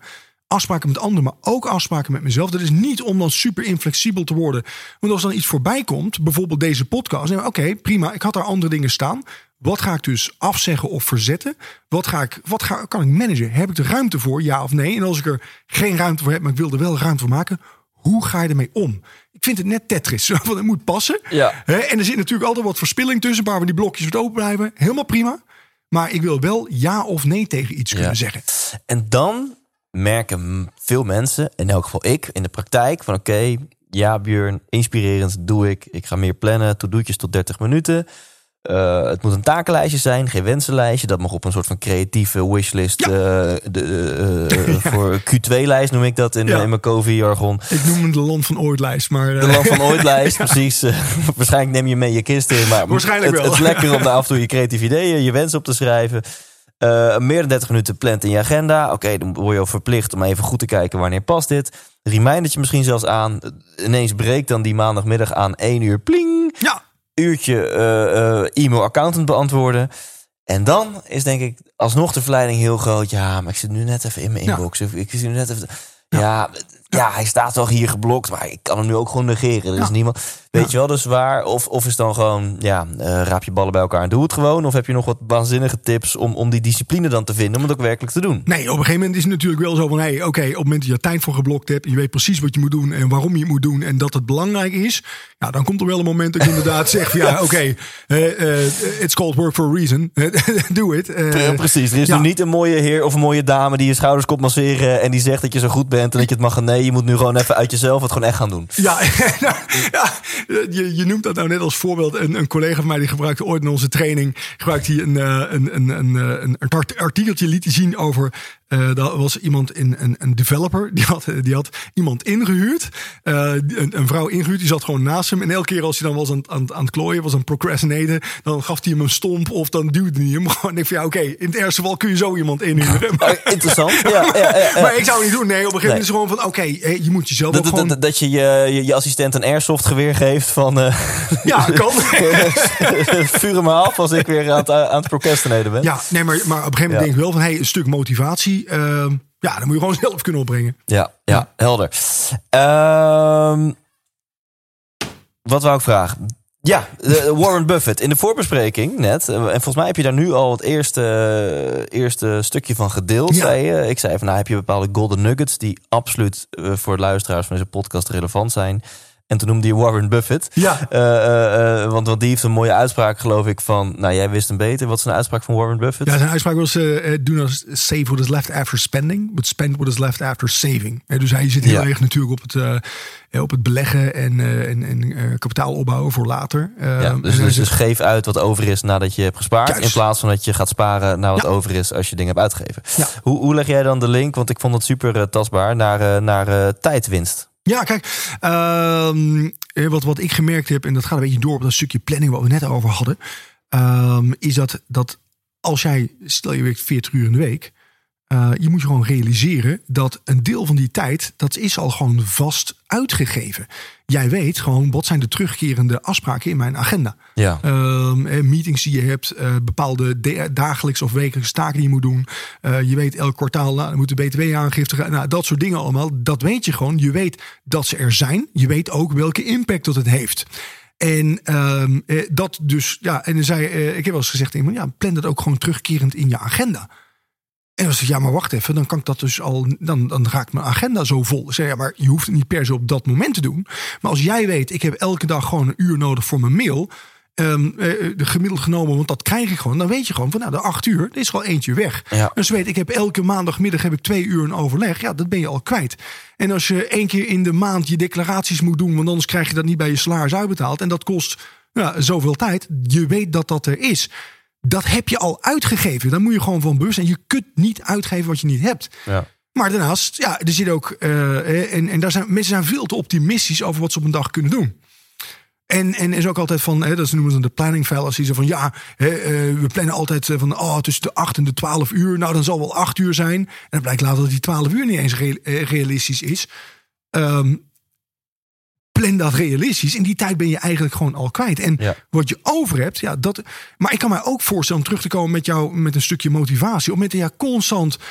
Speaker 1: Afspraken met anderen, maar ook afspraken met mezelf. Dat is niet om dan super inflexibel te worden. Want als dan iets voorbij komt, bijvoorbeeld deze podcast. Oké, okay, prima, ik had daar andere dingen staan. Wat ga ik dus afzeggen of verzetten? Wat, ga ik, wat ga, kan ik managen? Heb ik er ruimte voor, ja of nee? En als ik er geen ruimte voor heb, maar ik wil er wel ruimte voor maken... hoe ga je ermee om? Ik vind het net Tetris, want het moet passen.
Speaker 3: Ja.
Speaker 1: En er zit natuurlijk altijd wat verspilling tussen... waar we die blokjes wat open blijven. Helemaal prima. Maar ik wil wel ja of nee tegen iets ja. kunnen zeggen.
Speaker 3: En dan merken veel mensen, in elk geval ik, in de praktijk... van oké, okay, ja Björn, inspirerend, doe ik. Ik ga meer plannen, to-do'tjes tot dertig minuten... Uh, het moet een takenlijstje zijn, geen wensenlijstje. Dat mag op een soort van creatieve wishlist. Ja. Uh, de, uh, uh, voor Q twee-lijst noem ik dat in, ja. in mijn Covey-jargon.
Speaker 1: Ik noem het de land van ooit-lijst. Maar, uh...
Speaker 3: De land van ooit-lijst, ja. precies. Uh, waarschijnlijk neem je mee je kist in. Maar
Speaker 1: waarschijnlijk
Speaker 3: het,
Speaker 1: wel.
Speaker 3: Het is lekker om daar af en toe je creatieve ideeën, je wensen op te schrijven. Uh, meer dan dertig minuten plant in je agenda. Oké, okay, dan word je ook verplicht om even goed te kijken wanneer past dit. Remindertje misschien zelfs aan. Ineens breekt dan die maandagmiddag aan één uur. Pling!
Speaker 1: Ja.
Speaker 3: Uurtje uh, uh, e-mail accountant beantwoorden. En dan is denk ik alsnog de verleiding heel groot. Ja, maar ik zit nu net even in mijn inbox. Ja. Ik zit nu net even... Ja, ja, ja, hij staat wel hier geblokt, maar ik kan hem nu ook gewoon negeren. Er is ja. niemand... Weet ja. je wel, dus waar? Of, of is dan gewoon, ja, uh, raap je ballen bij elkaar en doe het gewoon. Of heb je nog wat waanzinnige tips om, om die discipline dan te vinden, om het ook werkelijk te doen?
Speaker 1: Nee, op een gegeven moment is het natuurlijk wel zo van, hey, oké, okay, op het moment dat je tijd voor geblokt hebt, en je weet precies wat je moet doen en waarom je het moet doen en dat het belangrijk is, ja, dan komt er wel een moment dat je inderdaad zegt van, ja, oké, okay, uh, uh, it's called work for a reason. Do it. Uh,
Speaker 3: ja, precies. Er is ja. nu niet een mooie heer of een mooie dame die je schouders komt masseren en die zegt dat je zo goed bent en dat je het mag. Nee, je moet nu gewoon even uit jezelf het gewoon echt gaan doen.
Speaker 1: Ja, ja je, je noemt dat nou net als voorbeeld. Een, een collega van mij die gebruikte ooit in onze training, gebruikte hij een, een, een, een, een, een artikeltje, liet hij zien over, uh, daar was iemand in een, een developer, die had, die had iemand ingehuurd, uh, een, een vrouw ingehuurd, die zat gewoon naast hem en elke keer als hij dan was aan, aan, aan het klooien, was aan het procrastinaten, dan gaf hij hem een stomp of dan duwde hij hem gewoon. En ik van ja, oké, okay, in het ergste geval kun je zo iemand inhuren. Maar,
Speaker 3: interessant. Ja, ja, ja, ja.
Speaker 1: Maar ik zou het niet doen. Nee, op een gegeven moment is het gewoon van oké, okay, je moet jezelf
Speaker 3: dat,
Speaker 1: ook gewoon...
Speaker 3: Dat, dat je, je je assistent een airsoft geweer geeft van... Uh,
Speaker 1: ja, kan.
Speaker 3: Vuur hem maar af als ik weer aan het, aan het procrastinaten ben.
Speaker 1: Ja, nee, maar, maar op een gegeven moment ja. denk ik wel van hey, een stuk motivatie. Uh, ja, dan moet je gewoon zelf kunnen opbrengen.
Speaker 3: Ja, ja, ja. helder. Uh, wat wou ik vragen? Ja, Warren Buffett. In de voorbespreking net, en volgens mij heb je daar nu al het eerste, eerste stukje van gedeeld, ja. zei je. Ik zei van, nou heb je bepaalde golden nuggets die absoluut voor luisteraars van deze podcast relevant zijn. En toen noemde je Warren Buffett.
Speaker 1: Ja.
Speaker 3: Uh, uh, uh, want, want die heeft een mooie uitspraak, geloof ik, van... Nou, jij wist hem beter. Wat is een uitspraak van Warren Buffett?
Speaker 1: Ja, zijn uitspraak was... Uh, do not save what is left after spending, but spend what is left after saving. Uh, dus hij zit heel ja. erg natuurlijk op het, uh, op het beleggen en, uh, en, en uh, kapitaal opbouwen voor later. Uh,
Speaker 3: ja, dus, dus, dus geef uit wat over is nadat je hebt gespaard. Juist. In plaats van dat je gaat sparen naar wat ja. over is als je dingen hebt uitgegeven. Ja. Hoe, hoe leg jij dan de link, want ik vond het super uh, tastbaar, naar, uh, naar uh, tijdwinst?
Speaker 1: Ja, kijk, uh, wat, wat ik gemerkt heb, en dat gaat een beetje door op dat stukje planning wat we net over hadden, uh, is dat, dat als jij, stel je werkt veertig uur in de week, uh, je moet je gewoon realiseren dat een deel van die tijd, dat is al gewoon vast uitgegeven. Jij weet gewoon, wat zijn de terugkerende afspraken in mijn agenda?
Speaker 3: Ja.
Speaker 1: Uh, meetings die je hebt, uh, bepaalde de- dagelijks of wekelijkse taken die je moet doen. Uh, je weet elk kwartaal, nou, dan moet de B T W-aangifte gaan. Nou, dat soort dingen allemaal, dat weet je gewoon. Je weet dat ze er zijn. Je weet ook welke impact dat het heeft. En uh, dat dus, ja, en dan zei uh, ik heb wel eens gezegd, ja, plan dat ook gewoon terugkerend in je agenda. En dan zei ja, maar wacht even, dan kan ik dat dus al, dan, dan raakt mijn agenda zo vol. Ik zei, ja, maar je hoeft het niet per se op dat moment te doen. Maar als jij weet, ik heb elke dag gewoon een uur nodig voor mijn mail, um, de gemiddeld genomen, want dat krijg ik gewoon, dan weet je gewoon van, nou, de acht uur, er is gewoon eentje weg.
Speaker 3: Ja.
Speaker 1: Dus weet, ik heb elke maandagmiddag heb ik twee uur een overleg, ja, dat ben je al kwijt. En als je één keer in de maand je declaraties moet doen, want anders krijg je dat niet bij je salaris uitbetaald, en dat kost ja, zoveel tijd, je weet dat dat er is. Dat heb je al uitgegeven. Daar moet je gewoon van bewust zijn. Je kunt niet uitgeven wat je niet hebt.
Speaker 3: Ja.
Speaker 1: Maar daarnaast, ja, er zit ook... Uh, en, en daar zijn mensen zijn veel te optimistisch over wat ze op een dag kunnen doen. En, en is ook altijd van, hè, dat noemen ze de planning fallacy. Zo van, ja, hè, uh, we plannen altijd van, oh, tussen de acht en de twaalf uur. Nou, dan zal wel acht uur zijn. En dan blijkt later dat die twaalf uur niet eens re- realistisch is. Um, plan dat realistisch. In die tijd ben je eigenlijk gewoon al kwijt. En ja. wat je over hebt, ja, dat. Maar ik kan mij ook voorstellen om terug te komen met jou met een stukje motivatie. Op het moment dat je constant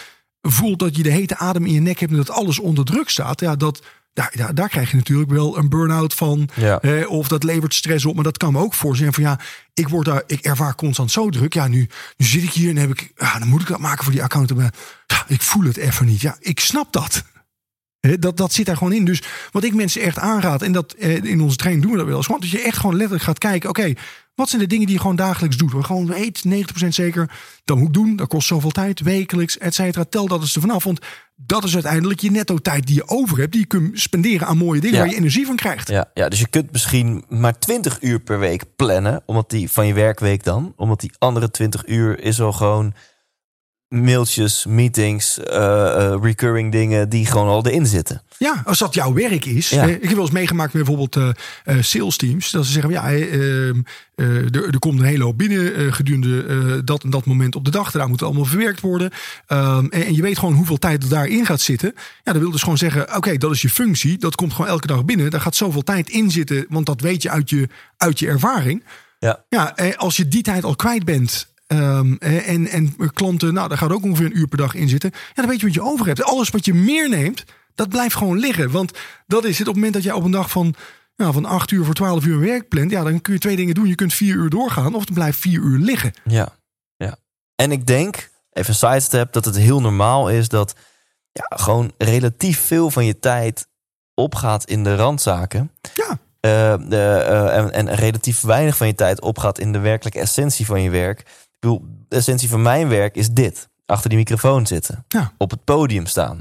Speaker 1: voelt dat je de hete adem in je nek hebt en dat alles onder druk staat. Ja, dat, daar, daar, daar krijg je natuurlijk wel een burn-out van. Ja. Eh, of dat levert stress op. Maar dat kan me ook voorzien van ja, ik word daar, ik ervaar constant zo druk. Ja, nu, nu zit ik hier en heb ik, ja, dan moet ik dat maken voor die account. Maar ja, ik voel het even niet. Ja, ik snap dat. Dat, dat zit daar gewoon in. Dus wat ik mensen echt aanraad, en dat eh, in onze training doen we dat wel, is gewoon dat je echt gewoon letterlijk gaat kijken, oké, okay, wat zijn de dingen die je gewoon dagelijks doet? Gewoon weet, negentig procent zeker, dat moet ik doen, dat kost zoveel tijd, wekelijks, et cetera. Tel dat eens er vanaf, want dat is uiteindelijk je netto tijd die je over hebt, die je kunt spenderen aan mooie dingen, ja, waar je energie van krijgt.
Speaker 3: Ja, ja, dus je kunt misschien maar twintig uur per week plannen, omdat die van je werkweek dan, omdat die andere twintig uur is al gewoon mailtjes, meetings, uh, uh, recurring dingen die gewoon al erin zitten.
Speaker 1: Ja, als dat jouw werk is. Ja. Ik heb wel eens meegemaakt met bijvoorbeeld uh, uh, sales teams. Dat ze zeggen, ja, uh, uh, er, er komt een hele hoop binnen uh, gedurende uh, dat en dat moment op de dag. Daar moet allemaal verwerkt worden. Um, en, en je weet gewoon hoeveel tijd er daarin gaat zitten. Ja, dat wil dus gewoon zeggen, oké, okay, dat is je functie. Dat komt gewoon elke dag binnen. Daar gaat zoveel tijd in zitten, want dat weet je uit je, uit je ervaring. Ja. Ja, als je die tijd al kwijt bent, Um, en, en klanten, nou, daar gaat ook ongeveer een uur per dag in zitten. Ja, dan weet je wat je over hebt. Alles wat je meer neemt, dat blijft gewoon liggen. Want dat is het op het moment dat jij op een dag van, nou, van acht uur voor twaalf uur werk plant. Ja, dan kun je twee dingen doen. Je kunt vier uur doorgaan of het blijft vier uur liggen.
Speaker 3: Ja, ja. En ik denk, even een sidestep, dat het heel normaal is dat ja, gewoon relatief veel van je tijd opgaat in de randzaken.
Speaker 1: Ja.
Speaker 3: Uh, uh, uh, en, en relatief weinig van je tijd opgaat in de werkelijke essentie van je werk. Ik bedoel, de essentie van mijn werk is dit. Achter die microfoon zitten. Ja. Op het podium staan.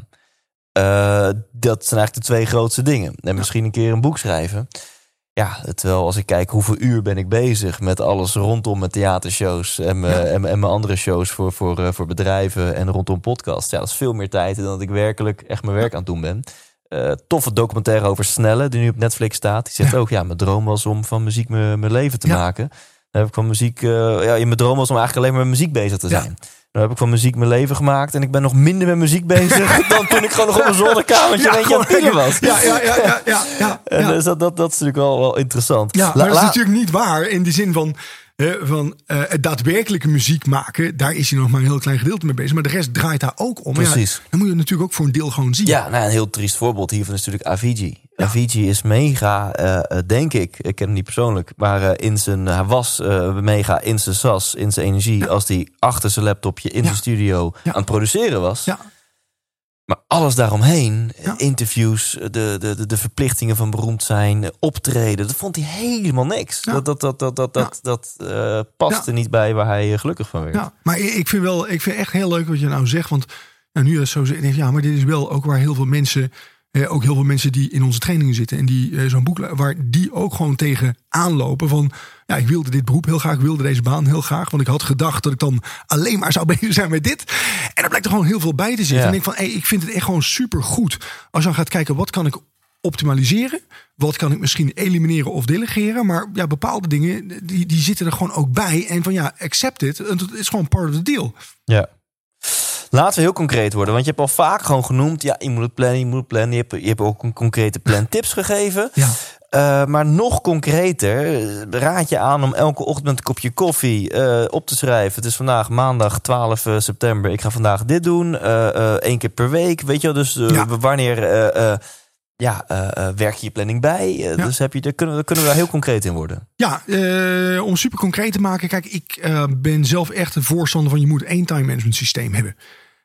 Speaker 3: Uh, dat zijn eigenlijk de twee grootste dingen. En ja. misschien een keer een boek schrijven. Ja, terwijl als ik kijk hoeveel uur ben ik bezig met alles rondom mijn theatershows en mijn, ja. en, en mijn andere shows voor, voor, uh, voor bedrijven en rondom podcasts. Ja, dat is veel meer tijd dan dat ik werkelijk echt mijn werk aan het doen ben. Uh, toffe documentaire over Snelle, die nu op Netflix staat. Die zegt ja. ook, ja, mijn droom was om van muziek mijn, mijn leven te ja. maken. Dan heb ik van muziek, uh, ja, in mijn droom was om eigenlijk alleen maar met muziek bezig te zijn. Ja. Dan heb ik van muziek mijn leven gemaakt en ik ben nog minder met muziek bezig dan toen ik gewoon nog op een zolderkamertje ja, een beetje aan het pielen was.
Speaker 1: Ja, ja, ja, ja, ja, ja.
Speaker 3: En dus dat, dat, dat is natuurlijk wel, wel interessant.
Speaker 1: Ja, maar La, dat is la- natuurlijk niet waar in die zin van, uh, van uh, het daadwerkelijke muziek maken. Daar is hij nog maar een heel klein gedeelte mee bezig. Maar de rest draait daar ook om.
Speaker 3: Precies.
Speaker 1: Ja, dan moet je het natuurlijk ook voor een deel gewoon zien.
Speaker 3: Ja, nou, een heel triest voorbeeld hiervan is natuurlijk Avicii. Ja. Avicii is mega, uh, denk ik, ik ken hem niet persoonlijk, maar uh, in zijn, hij was uh, mega in zijn sas, in zijn energie, ja. als hij achter zijn laptopje in ja. de studio ja. aan het produceren was. Ja. Maar alles daaromheen, ja. interviews, de, de, de, de verplichtingen van beroemd zijn, optreden, dat vond hij helemaal niks. Ja. Dat, dat, dat, dat, dat, dat, ja. dat uh, paste ja. niet bij waar hij gelukkig van werd.
Speaker 1: Ja, maar ik vind wel, ik vind echt heel leuk wat je nou zegt, want nou, nu is zo zeggen, ja, maar dit is wel ook waar heel veel mensen, eh, ook heel veel mensen die in onze trainingen zitten en die eh, zo'n boek, waar die ook gewoon tegen aanlopen van, ja, ik wilde dit beroep heel graag, ik wilde deze baan heel graag, want ik had gedacht dat ik dan alleen maar zou bezig zijn met dit. En daar blijkt er gewoon heel veel bij te zitten. Ja. En ik denk van, hey, ik vind het echt gewoon super goed als je dan gaat kijken, wat kan ik optimaliseren? Wat kan ik misschien elimineren of delegeren? Maar ja, bepaalde dingen, die, die zitten er gewoon ook bij. En van ja, accept it. Het is gewoon part of the deal.
Speaker 3: Ja. Laten we heel concreet worden. Want je hebt al vaak gewoon genoemd, ja, je moet het plannen, je moet het plannen. Je hebt, je hebt ook een concrete plantips gegeven.
Speaker 1: Ja.
Speaker 3: Uh, maar nog concreter, raad je aan om elke ochtend met een kopje koffie uh, op te schrijven. Het is vandaag maandag twaalf september. Ik ga vandaag dit doen. Uh, uh, één keer per week. Weet je wel, dus uh, ja. wanneer uh, uh, ja, uh, uh, werk je je planning bij? Uh, ja. Dus heb je, daar kunnen, daar kunnen we daar heel concreet in worden.
Speaker 1: Ja, uh, om super concreet te maken. Kijk, ik uh, ben zelf echt een voorstander van je moet één time management systeem hebben.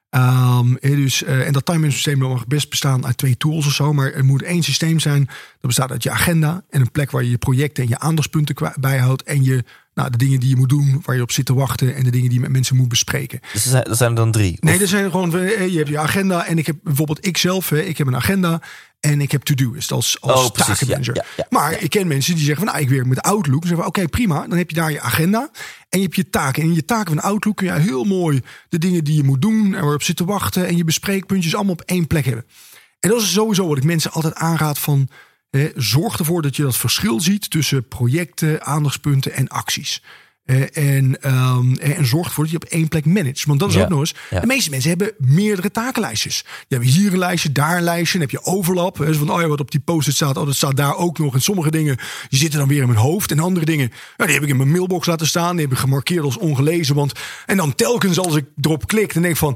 Speaker 1: Um, dus, uh, en dat time management systeem mag best bestaan uit twee tools of zo. Maar er moet één systeem zijn. Dat bestaat uit je agenda en een plek waar je je projecten en je aandachtspunten bijhoudt. En je, nou, de dingen die je moet doen, waar je op zit te wachten. En de dingen die je met mensen moet bespreken.
Speaker 3: Dus er zijn, er zijn er dan drie?
Speaker 1: Nee, er zijn er gewoon, je hebt je agenda. En ik heb bijvoorbeeld ikzelf, ik heb een agenda. En ik heb to-do-list als, als oh, takenmanager. Ja, ja, ja, maar ja. ik ken mensen die zeggen van, nou, ik werk met Outlook. Dan zeggen we, oké, okay, prima. Dan heb je daar je agenda. En je hebt je taken. En in je taken van Outlook kun je heel mooi de dingen die je moet doen, en waarop zit te wachten, en je bespreekpuntjes allemaal op één plek hebben. En dat is sowieso wat ik mensen altijd aanraad van, eh, zorg ervoor dat je dat verschil ziet tussen projecten, aandachtspunten en acties. Uh, en, um, en zorg ervoor dat je op één plek managt. Want dat is ja, ook nog eens. Ja. De meeste mensen hebben meerdere takenlijstjes. Die hebben hier een lijstje, daar een lijstje. Dan heb je overlap. Dus van, oh ja, wat op die post-it staat, oh, dat staat daar ook nog. En sommige dingen die zitten dan weer in mijn hoofd. En andere dingen, nou, die heb ik in mijn mailbox laten staan. Die heb ik gemarkeerd als ongelezen. Want, en dan telkens als ik erop klik, dan denk ik van,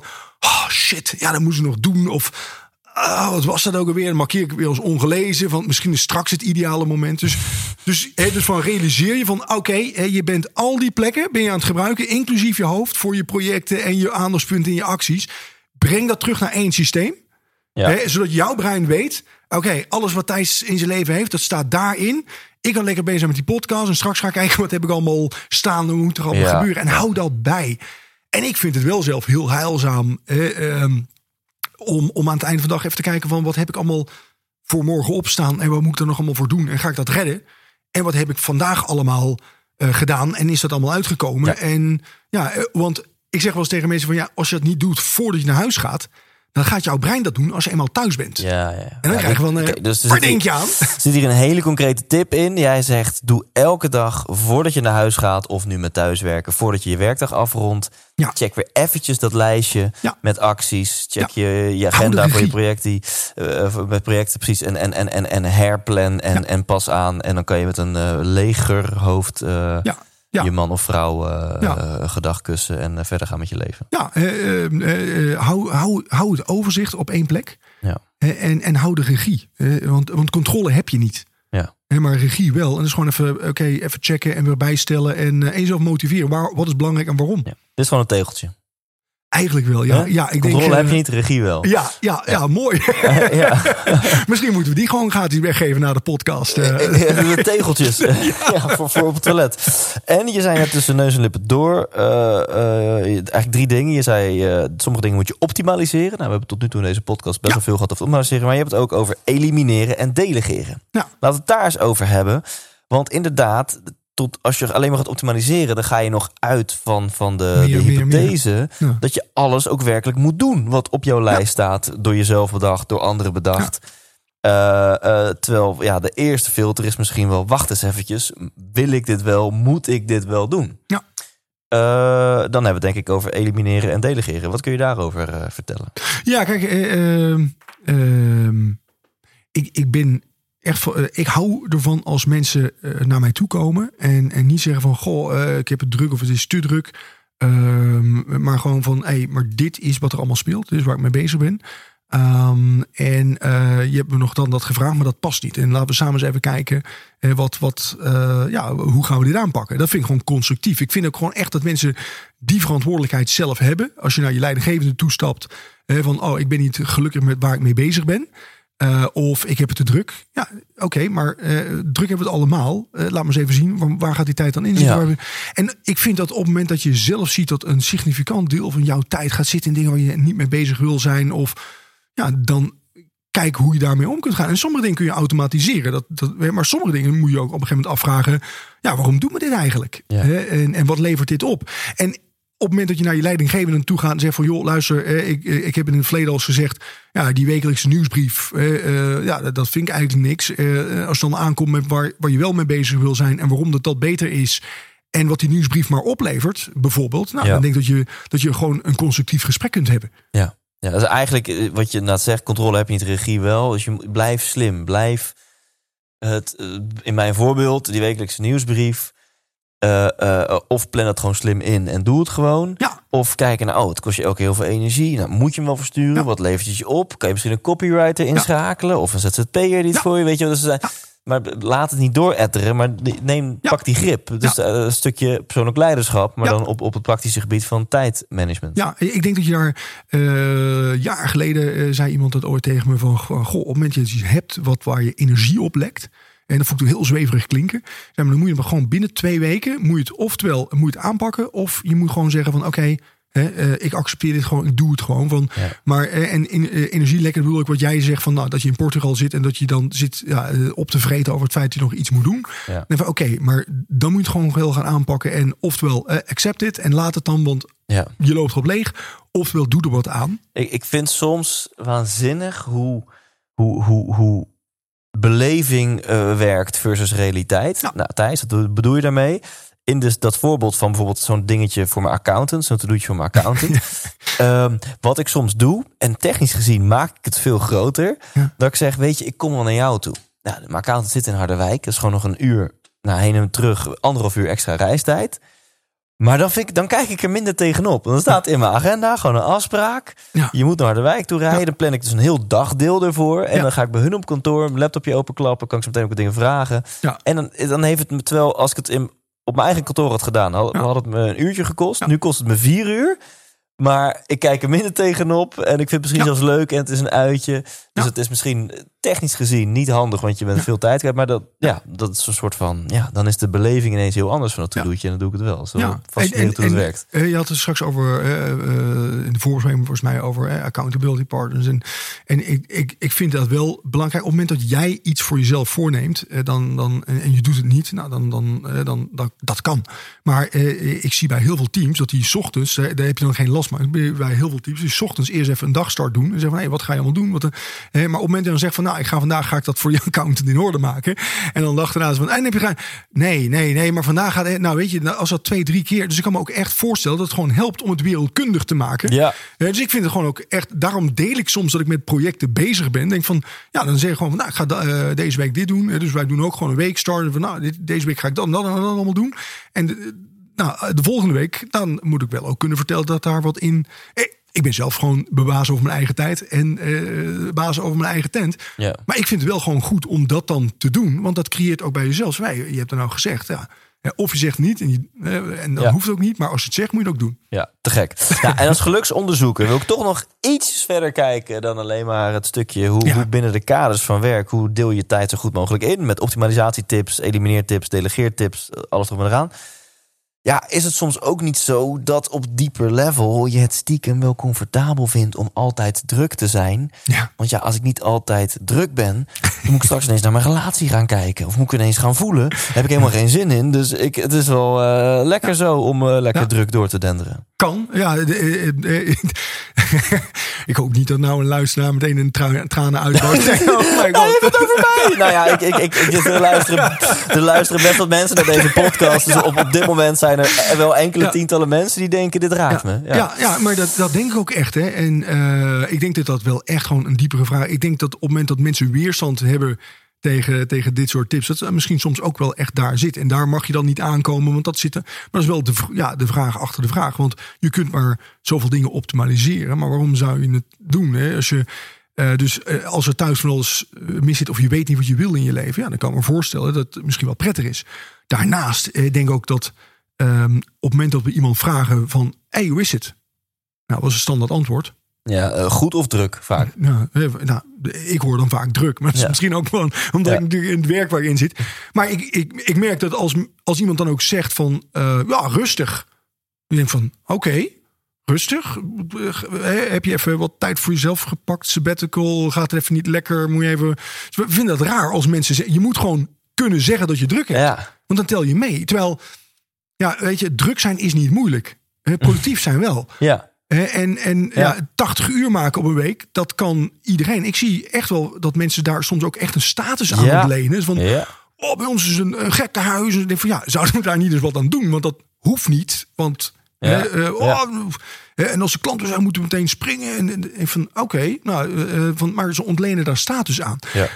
Speaker 1: oh shit, ja, dat moeten ze nog doen. Of oh, wat was dat ook alweer? Dan markeer ik weer als ongelezen. Want misschien is straks het ideale moment. Dus, dus, hè, dus van realiseer je van oké, okay, je bent al die plekken ben je aan het gebruiken, inclusief je hoofd, voor je projecten en je aandachtspunten en je acties. Breng dat terug naar één systeem. Ja. Hè, zodat jouw brein weet, oké, okay, alles wat Thijs in zijn leven heeft, dat staat daarin. Ik kan lekker bezig zijn met die podcast. En straks ga ik kijken, wat heb ik allemaal staan, hoe moet er allemaal ja. gebeuren. En hou dat bij. En ik vind het wel zelf heel heilzaam eh, um, om, om aan het einde van de dag even te kijken van wat heb ik allemaal voor morgen opstaan en wat moet ik er nog allemaal voor doen en ga ik dat redden? En wat heb ik vandaag allemaal uh, gedaan en is dat allemaal uitgekomen? Ja. En ja, uh, want ik zeg wel eens tegen mensen van ja, als je dat niet doet voordat je naar huis gaat, dan gaat jouw brein dat doen als je eenmaal thuis bent.
Speaker 3: Ja, ja.
Speaker 1: En dan ja, krijg je van, uh,
Speaker 3: okay, dus
Speaker 1: waar denk je aan?
Speaker 3: Er zit hier een hele concrete tip in. Jij zegt, doe elke dag voordat je naar huis gaat, of nu met thuiswerken, voordat je je werkdag afrondt. Ja. Check weer eventjes dat lijstje ja. met acties. Check ja. je, je agenda voor je projecten. Uh, met projecten, precies. En, en, en, en, en herplan en, ja. en pas aan. En dan kan je met een uh, leger hoofd Uh, ja. Ja. je man of vrouw uh, ja. uh, gedag kussen en uh, verder gaan met je leven.
Speaker 1: Ja, uh, uh, uh, hou, hou, hou het overzicht op één plek.
Speaker 3: Ja.
Speaker 1: Uh, en, en hou de regie. Uh, want, want controle heb je niet.
Speaker 3: Ja.
Speaker 1: Uh, maar regie wel. En dat is gewoon even, oké, okay, even checken en weer bijstellen. En uh, jezelf motiveren. Waar, wat is belangrijk en waarom?
Speaker 3: Ja. Dit is gewoon een tegeltje.
Speaker 1: Eigenlijk wel, ja.
Speaker 3: ja?
Speaker 1: ja ik
Speaker 3: Controle
Speaker 1: denk, uh,
Speaker 3: heb je niet, regie wel.
Speaker 1: Ja, ja, ja. ja mooi. Uh, ja. Misschien moeten we die gewoon gratis weggeven na de podcast. Uh.
Speaker 3: De tegeltjes. ja. ja, voor, voor op het toilet. En je zei net tussen neus en lippen door. Uh, uh, eigenlijk drie dingen. Je zei, uh, sommige dingen moet je optimaliseren. Nou, we hebben tot nu toe in deze podcast best ja. wel veel gehad over optimaliseren. Maar je hebt het ook over elimineren en delegeren. Ja. Laten we het daar eens over hebben. Want inderdaad, tot als je alleen maar gaat optimaliseren, dan ga je nog uit van, van de, meer, de hypothese meer, meer. Ja. dat je alles ook werkelijk moet doen wat op jouw lijst ja. staat, door jezelf bedacht, door anderen bedacht. Ja. Uh, uh, terwijl ja, de eerste filter is misschien wel, wacht eens eventjes, wil ik dit wel, moet ik dit wel doen?
Speaker 1: Ja.
Speaker 3: Uh, dan hebben we het denk ik over elimineren en delegeren. Wat kun je daarover uh, vertellen?
Speaker 1: Ja, kijk, uh, uh, uh, ik, ik ben echt, ik hou ervan als mensen uh, naar mij toe komen en, en niet zeggen van goh, uh, ik heb het druk of het is te druk. Uh, maar gewoon van, hé, hey, maar dit is wat er allemaal speelt. Dit is waar ik mee bezig ben. Um, en uh, je hebt me nog dan dat gevraagd, maar dat past niet. En laten we samen eens even kijken, uh, wat, wat, uh, ja, hoe gaan we dit aanpakken? Dat vind ik gewoon constructief. Ik vind ook gewoon echt dat mensen die verantwoordelijkheid zelf hebben. Als je naar je leidinggevende toestapt, uh, van oh, ik ben niet gelukkig met waar ik mee bezig ben. Uh, of ik heb het te druk. Ja, oké, okay, maar uh, druk hebben we het allemaal. Uh, laat maar eens even zien, waar, waar gaat die tijd dan in zitten? Ja. En ik vind dat op het moment dat je zelf ziet dat een significant deel van jouw tijd gaat zitten in dingen waar je niet mee bezig wil zijn, of ja, dan kijk hoe je daarmee om kunt gaan. En sommige dingen kun je automatiseren. Dat, dat, maar sommige dingen moet je ook op een gegeven moment afvragen, ja, waarom doen we dit eigenlijk? Ja. En, en wat levert dit op? En op het moment dat je naar je leidinggevende toe gaat en zegt van joh, luister, eh, ik, ik heb in het verleden al eens gezegd, ja, die wekelijkse nieuwsbrief, eh, uh, ja, dat vind ik eigenlijk niks. Eh, als het dan aankomt met waar, waar je wel mee bezig wil zijn en waarom dat dat beter is en wat die nieuwsbrief maar oplevert, bijvoorbeeld, nou, ja. dan denk ik dat je, dat je gewoon een constructief gesprek kunt hebben.
Speaker 3: Ja, ja, dat is eigenlijk wat je net zegt, controle heb je niet, regie wel. Dus je blijf slim, blijf het, in mijn voorbeeld, die wekelijkse nieuwsbrief, Uh, uh, of plan het gewoon slim in en doe het gewoon. Ja. Of kijken naar, oh, het kost je elke keer heel veel energie. Nou, moet je hem wel versturen? Ja. Wat levert het je op? Kan je misschien een copywriter inschakelen? Ja. Of een Z Z P'er die het ja. voor je, weet je wel. Dus, ja. Maar laat het niet dooretteren, maar neem, ja. pak die grip. Dus ja. uh, een stukje persoonlijk leiderschap, maar ja. dan op, op het praktische gebied van tijdmanagement.
Speaker 1: Ja, ik denk dat je daar uh, jaar geleden uh, zei iemand dat ooit tegen me van, goh, op het moment dat je iets hebt wat waar je energie op lekt, en dat vond ik heel zweverig klinken. Ja, maar dan moet je maar gewoon binnen twee weken moet je het oftewel moet je het aanpakken, of je moet gewoon zeggen van oké, okay, uh, ik accepteer dit gewoon, ik doe het gewoon. Van, ja. Maar uh, en in, uh, energie lekker bedoel ik wat jij zegt van nou dat je in Portugal zit en dat je dan zit ja, uh, op te vreten over het feit dat je nog iets moet doen. Ja. Oké, okay, maar dan moet je het gewoon heel gaan aanpakken en oftewel uh, accept it en laat het dan, want ja. je loopt erop leeg. Oftewel doe er wat aan.
Speaker 3: Ik, ik vind soms waanzinnig hoe hoe hoe hoe beleving uh, werkt versus realiteit. Ja. Nou, Thijs, wat bedoel je daarmee? In dus dat voorbeeld van bijvoorbeeld zo'n dingetje voor mijn accountant, zo'n to-doetje voor mijn accountant. ja. um, wat ik soms doe, en technisch gezien maak ik het veel groter, ja. dat ik zeg, weet je, ik kom wel naar jou toe. Nou, mijn accountant zit in Harderwijk, dat is gewoon nog een uur naar heen en terug, anderhalf uur extra reistijd. Maar dan, vind ik, dan kijk ik er minder tegenop. Dan staat in mijn agenda gewoon een afspraak.
Speaker 1: Ja.
Speaker 3: Je moet naar Harderwijk toe rijden. Ja. Dan plan ik dus een heel dagdeel ervoor. En ja. dan ga ik bij hun op kantoor, mijn laptopje openklappen. Kan ik zo meteen ook wat dingen vragen. Ja. En dan, dan heeft het me, terwijl als ik het in, op mijn eigen kantoor had gedaan, had, ja. had het me een uurtje gekost. Ja. Nu kost het me vier uur. Maar ik kijk er minder tegenop. En ik vind het misschien ja. zelfs leuk. En het is een uitje. Dus ja. het is misschien technisch gezien niet handig. Want je bent ja. veel tijd kwijt. Maar dat, ja, dat is een soort van... Ja, dan is de beleving ineens heel anders van dat to-doetje. Ja. En dan doe ik het wel. Zo ja. fascinerend hoe het werkt.
Speaker 1: Uh, je had het straks over... Uh, uh, in de voorgesprek volgens mij over uh, accountability partners. En, en ik, ik, ik vind dat wel belangrijk. Op het moment dat jij iets voor jezelf voorneemt... Uh, dan, dan, en, en je doet het niet. Nou, dan, dan, uh, dan dat, dat kan. Maar uh, ik zie bij heel veel teams... dat die 's ochtends... Uh, daar heb je dan geen last maar bij heel veel types, dus 's ochtends eerst even een dagstart doen en zeggen van, hé, wat ga je allemaal doen? Wat, hè, maar op het moment dat je dan zegt van, nou, ik ga vandaag ga ik dat voor je accountant in orde maken, en dan dacht daarna van, en heb je gaan, nee, nee, nee, maar vandaag gaat, nou, weet je, als dat twee, drie keer, dus ik kan me ook echt voorstellen dat het gewoon helpt om het wereldkundig te maken.
Speaker 3: Ja.
Speaker 1: Dus ik vind het gewoon ook echt, daarom deel ik soms dat ik met projecten bezig ben. Denk van, ja, dan zeg je gewoon van, nou, ik ga uh, deze week dit doen. Dus wij doen ook gewoon een week starten van, nou, dit, deze week ga ik dat en dat en dat allemaal doen. En de, Nou, de volgende week, dan moet ik wel ook kunnen vertellen dat daar wat in... Ik ben zelf gewoon bebaas over mijn eigen tijd en uh, baas over mijn eigen tent.
Speaker 3: Ja.
Speaker 1: Maar ik vind het wel gewoon goed om dat dan te doen. Want dat creëert ook bij jezelf. Wij, je hebt er nou gezegd, ja, of je zegt niet en, je, uh, en dan ja. hoeft het ook niet. Maar als je het zegt, moet je het ook doen.
Speaker 3: Ja, te gek. Ja, en als geluksonderzoeker wil ik toch nog iets verder kijken dan alleen maar het stukje hoe, ja. hoe binnen de kaders van werk, hoe deel je tijd zo goed mogelijk in met optimalisatietips, elimineertips, delegeertips, alles erop en eraan. Ja, is het soms ook niet zo dat op dieper level je het stiekem wel comfortabel vindt om altijd druk te zijn?
Speaker 1: Ja.
Speaker 3: Want ja, als ik niet altijd druk ben, dan moet ik straks ineens naar mijn relatie gaan kijken. Of moet ik ineens gaan voelen. Daar heb ik helemaal geen zin in. Dus ik, het is wel uh, lekker ja. zo om uh, lekker ja. druk door te denderen.
Speaker 1: Kan, ja. Ik hoop niet dat nou een luisteraar meteen een tra- tranen uitbarst. Oh my God.
Speaker 3: Nou, je hebt het over mij. Nou ja, ik, ik, ik, ik, er, luisteren, er luisteren best wat mensen naar deze podcast. Dus op, op dit moment zijn er wel enkele ja. tientallen mensen die denken, dit raakt
Speaker 1: ja.
Speaker 3: me. Ja,
Speaker 1: ja, ja maar dat, dat denk ik ook echt. Hè. En uh, ik denk dat dat wel echt gewoon een diepere vraag is. Ik denk dat op het moment dat mensen weerstand hebben tegen, tegen dit soort tips, dat ze misschien soms ook wel echt daar zit. En daar mag je dan niet aankomen, want dat zit er. Maar dat is wel de, ja, de vraag achter de vraag. Want je kunt maar zoveel dingen optimaliseren. Maar waarom zou je het doen? Hè? Als je Uh, dus uh, als er thuis van alles uh, mis zit of je weet niet wat je wil in je leven, ja, dan kan ik me voorstellen dat het misschien wel prettig is. Daarnaast uh, denk ik ook dat um, op het moment dat we iemand vragen van, hé, hey, hoe is het? Nou, wat is het standaard antwoord?
Speaker 3: Ja, uh, goed of druk vaak.
Speaker 1: Nou, nou, ik hoor dan vaak druk, maar dat is ja. misschien ook gewoon omdat ja. ik natuurlijk in het werk waar ik in zit. Maar ik, ik, ik merk dat als, als iemand dan ook zegt van, uh, ja, rustig. Ik denk van, oké. Okay. Rustig? Heb je even wat tijd voor jezelf gepakt? Sabbatical, gaat het even niet lekker? Moet je even... We vinden dat raar als mensen zeggen... Je moet gewoon kunnen zeggen dat je druk hebt.
Speaker 3: Ja.
Speaker 1: Want dan tel je mee. Terwijl, ja, weet je, druk zijn is niet moeilijk. Productief zijn wel.
Speaker 3: Ja.
Speaker 1: En, en ja. Ja, tachtig uur maken op een week, dat kan iedereen. Ik zie echt wel dat mensen daar soms ook echt een status aan ja. lenen. Van, ja. oh, bij ons is een, een gekke huis. En ik denk van, ja, zouden we daar niet eens wat aan doen? Want dat hoeft niet, want... Ja. Uh, uh, oh, ja. En als ze klanten zijn, moeten we meteen springen. En, en, en van, oké, okay, nou, uh, van, maar ze ontlenen daar status aan.
Speaker 3: Ja.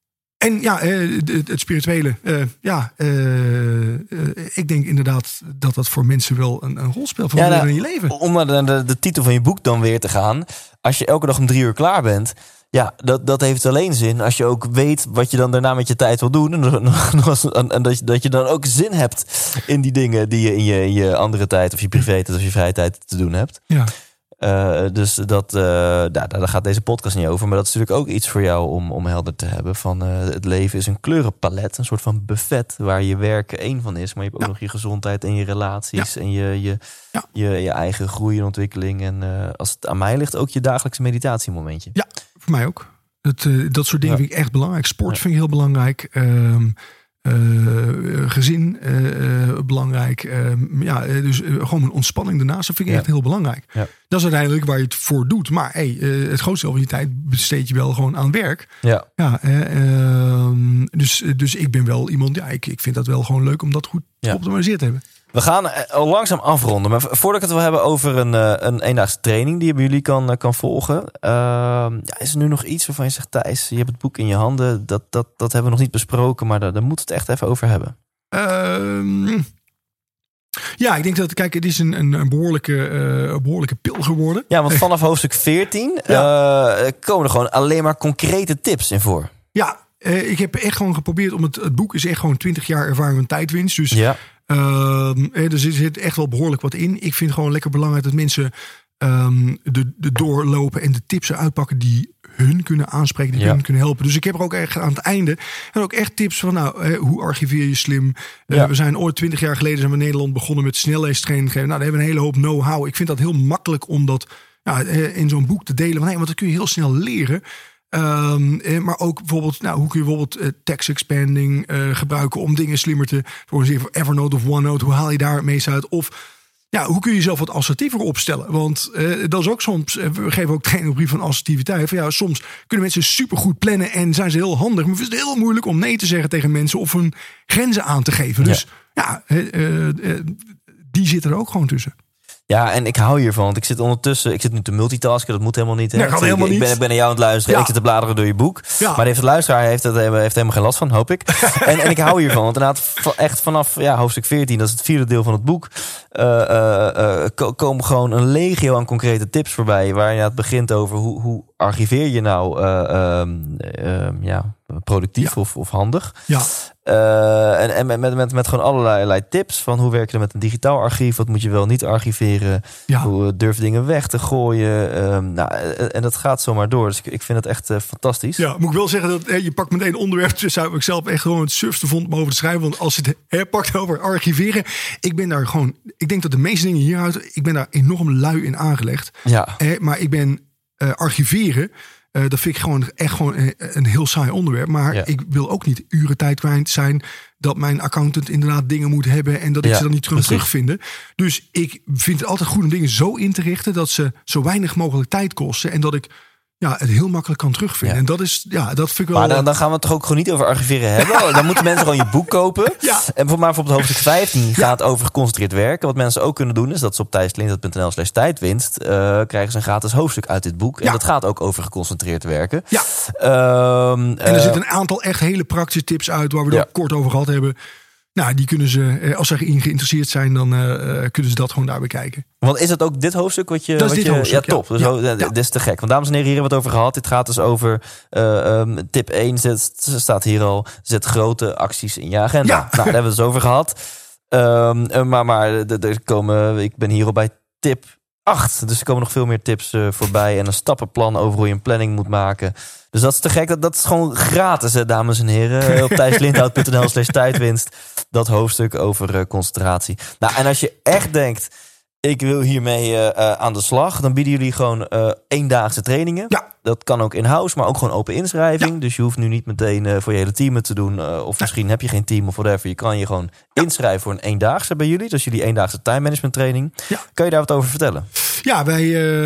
Speaker 1: En ja, uh, het, het spirituele. Uh, ja, uh, uh, ik denk inderdaad dat dat voor mensen wel een, een rol speelt van ja, nou, in je leven.
Speaker 3: Om naar de, de, de titel van je boek dan weer te gaan. Als je elke dag om drie uur klaar bent, ja, dat, dat heeft alleen zin als je ook weet wat je dan daarna met je tijd wil doen. En, en, en dat, je, dat je dan ook zin hebt in die dingen die je in je, in je andere tijd of je privé tijd of je vrije tijd te doen hebt.
Speaker 1: Ja.
Speaker 3: Uh, dus dat, uh, daar, daar gaat deze podcast niet over. Maar dat is natuurlijk ook iets voor jou om, om helder te hebben. Van uh, het leven is een kleurenpalet. Een soort van buffet waar je werk één van is. Maar je hebt ook ja. nog je gezondheid en je relaties. Ja. En je, je, ja. je, je eigen groei en ontwikkeling. En uh, als het aan mij ligt, ook je dagelijkse meditatiemomentje.
Speaker 1: Ja, voor mij ook. Dat, uh, dat soort dingen ja. vind ik echt belangrijk. Sport ja. vind ik heel belangrijk. Um, Uh, gezin uh, belangrijk. Uh, ja, dus uh, gewoon een ontspanning daarnaast. Dat vind ik ja. echt heel belangrijk. Ja. Dat is uiteindelijk waar je het voor doet. Maar hey, uh, het grootste deel van je tijd besteed je wel gewoon aan werk.
Speaker 3: Ja.
Speaker 1: Ja, uh, uh, dus, dus ik ben wel iemand. Ja, ik, ik vind dat wel gewoon leuk om dat goed ja. geoptimaliseerd te hebben.
Speaker 3: We gaan al langzaam afronden. Maar voordat ik het wil hebben over een, een eendaagse training die je bij jullie kan, kan volgen. Uh, ja, is er nu nog iets waarvan je zegt, Thijs, je hebt het boek in je handen. Dat, dat, dat hebben we nog niet besproken, maar daar, daar moeten we het echt even over hebben.
Speaker 1: Uh, Ja, ik denk dat, kijk, het is een, een, een behoorlijke, uh, een behoorlijke pil geworden.
Speaker 3: Ja, want vanaf hoofdstuk veertien ja. uh, komen er gewoon alleen maar concrete tips in voor.
Speaker 1: Ja, uh, ik heb echt gewoon geprobeerd om het, het boek is echt gewoon twintig jaar ervaring en tijdwinst. Dus ja. uh, er zit echt wel behoorlijk wat in. Ik vind gewoon lekker belangrijk dat mensen um, de, de doorlopen en de tips eruit pakken die hun kunnen aanspreken, die ja. hun kunnen helpen. Dus ik heb er ook echt aan het einde en ook echt tips van, nou, hè, hoe archiveer je slim? Ja. Uh, we zijn ooit twintig jaar geleden zijn we in Nederland begonnen met snelleestraining geven. Nou, daar hebben we een hele hoop know-how. Ik vind dat heel makkelijk om dat ja, in zo'n boek te delen. Want, hey, want dat kun je heel snel leren. Um, eh, maar ook bijvoorbeeld, nou, hoe kun je bijvoorbeeld uh, text expanding uh, gebruiken om dingen slimmer te voor Evernote of OneNote. Hoe haal je daar het meest uit? Of ja, hoe kun je jezelf wat assertiever opstellen? Want uh, dat is ook soms, uh, we geven ook training op brief van assertiviteit. Van, ja, soms kunnen mensen supergoed plannen en zijn ze heel handig. Maar het is heel moeilijk om nee te zeggen tegen mensen of hun grenzen aan te geven. Dus ja, ja uh, uh, die zit er ook gewoon tussen.
Speaker 3: Ja, en ik hou hiervan, want ik zit ondertussen... Ik zit nu te multitasken, dat moet helemaal niet. Hè?
Speaker 1: Nee, helemaal
Speaker 3: ik, ik, ben, ik ben naar jou aan het luisteren, ja. Ik zit te bladeren door je boek. Ja. Maar de luisteraar heeft, het, heeft helemaal geen last van, hoop ik. en, en ik hou hiervan, want inderdaad echt vanaf ja, hoofdstuk veertien... dat is het vierde deel van het boek... Uh, uh, uh, komen gewoon een legio aan concrete tips voorbij... waar je het begint over hoe, hoe archiveer je nou uh, um, uh, ja, productief ja. Of, of handig.
Speaker 1: Ja.
Speaker 3: Uh, en en met, met, met, met gewoon allerlei, allerlei tips van hoe werk je met een digitaal archief, wat moet je wel niet archiveren, ja. Hoe durf dingen weg te gooien. Um, nou, en dat gaat zomaar door. Dus ik, ik vind het echt uh, fantastisch.
Speaker 1: Ja, moet ik wel zeggen dat hè, je pakt meteen een onderwerp. Dus zou ik zelf echt gewoon het surfste vond om over te schrijven. Want als je het hè, pakt over archiveren, ik ben daar gewoon. Ik denk dat de meeste dingen hieruit, ik ben daar enorm lui in aangelegd.
Speaker 3: Ja.
Speaker 1: Eh, maar ik ben uh, archiveren. Uh, dat vind ik gewoon echt gewoon een, een heel saai onderwerp. Maar ja. Ik wil ook niet uren tijd kwijt zijn dat mijn accountant inderdaad dingen moet hebben en dat ik ja, ze dan niet terug terugvinden. Dus ik vind het altijd goed om dingen zo in te richten dat ze zo weinig mogelijk tijd kosten en dat ik ja, het heel makkelijk kan terugvinden. Ja. En dat is, ja, dat vind ik wel.
Speaker 3: Maar dan, dan gaan we het toch ook gewoon niet over archiveren hebben. Ja. Dan moeten mensen gewoon je boek kopen.
Speaker 1: Ja.
Speaker 3: En maar bijvoorbeeld hoofdstuk vijftien gaat ja. over geconcentreerd werken. Wat mensen ook kunnen doen is dat ze op thijslindert punt n l slash tijdwinst uh, krijgen ze een gratis hoofdstuk uit dit boek. En ja. dat gaat ook over geconcentreerd werken.
Speaker 1: Ja.
Speaker 3: Um,
Speaker 1: en er uh, zitten een aantal echt hele praktische tips uit waar we het ja. kort over gehad hebben. Nou, die kunnen ze, als ze in geïnteresseerd zijn, dan uh, kunnen ze dat gewoon daar bekijken.
Speaker 3: Want is dat ook dit hoofdstuk wat je...
Speaker 1: Dat is
Speaker 3: wat
Speaker 1: dit
Speaker 3: je,
Speaker 1: hoofdstuk,
Speaker 3: ja. top.
Speaker 1: Ja.
Speaker 3: Dus
Speaker 1: ja.
Speaker 3: oh, ja. Dit is te gek. Want dames en heren, hier hebben we het over gehad. Dit gaat dus over uh, um, tip één. Zet, staat hier al. Zet grote acties in je agenda. Ja. Nou, daar hebben we het dus over gehad. Um, maar maar er komen, ik ben hier al bij tip acht. Dus er komen nog veel meer tips uh, voorbij. En een stappenplan over hoe je een planning moet maken. Dus dat is te gek. Dat, dat is gewoon gratis, hè, dames en heren. Op thijslindhout punt n l slash tijdwinst. Dat hoofdstuk over uh, concentratie. Nou, en als je echt denkt, ik wil hiermee uh, uh, aan de slag, dan bieden jullie gewoon uh, eendaagse trainingen.
Speaker 1: Ja.
Speaker 3: Dat kan ook in-house, maar ook gewoon open inschrijving. Ja. Dus je hoeft nu niet meteen uh, voor je hele team het te doen. Uh, of misschien ja. heb je geen team of whatever. Je kan je gewoon ja. inschrijven voor een eendaagse bij jullie. Dus jullie eendaagse time management training. Ja. Kan je daar wat over vertellen?
Speaker 1: Ja, wij,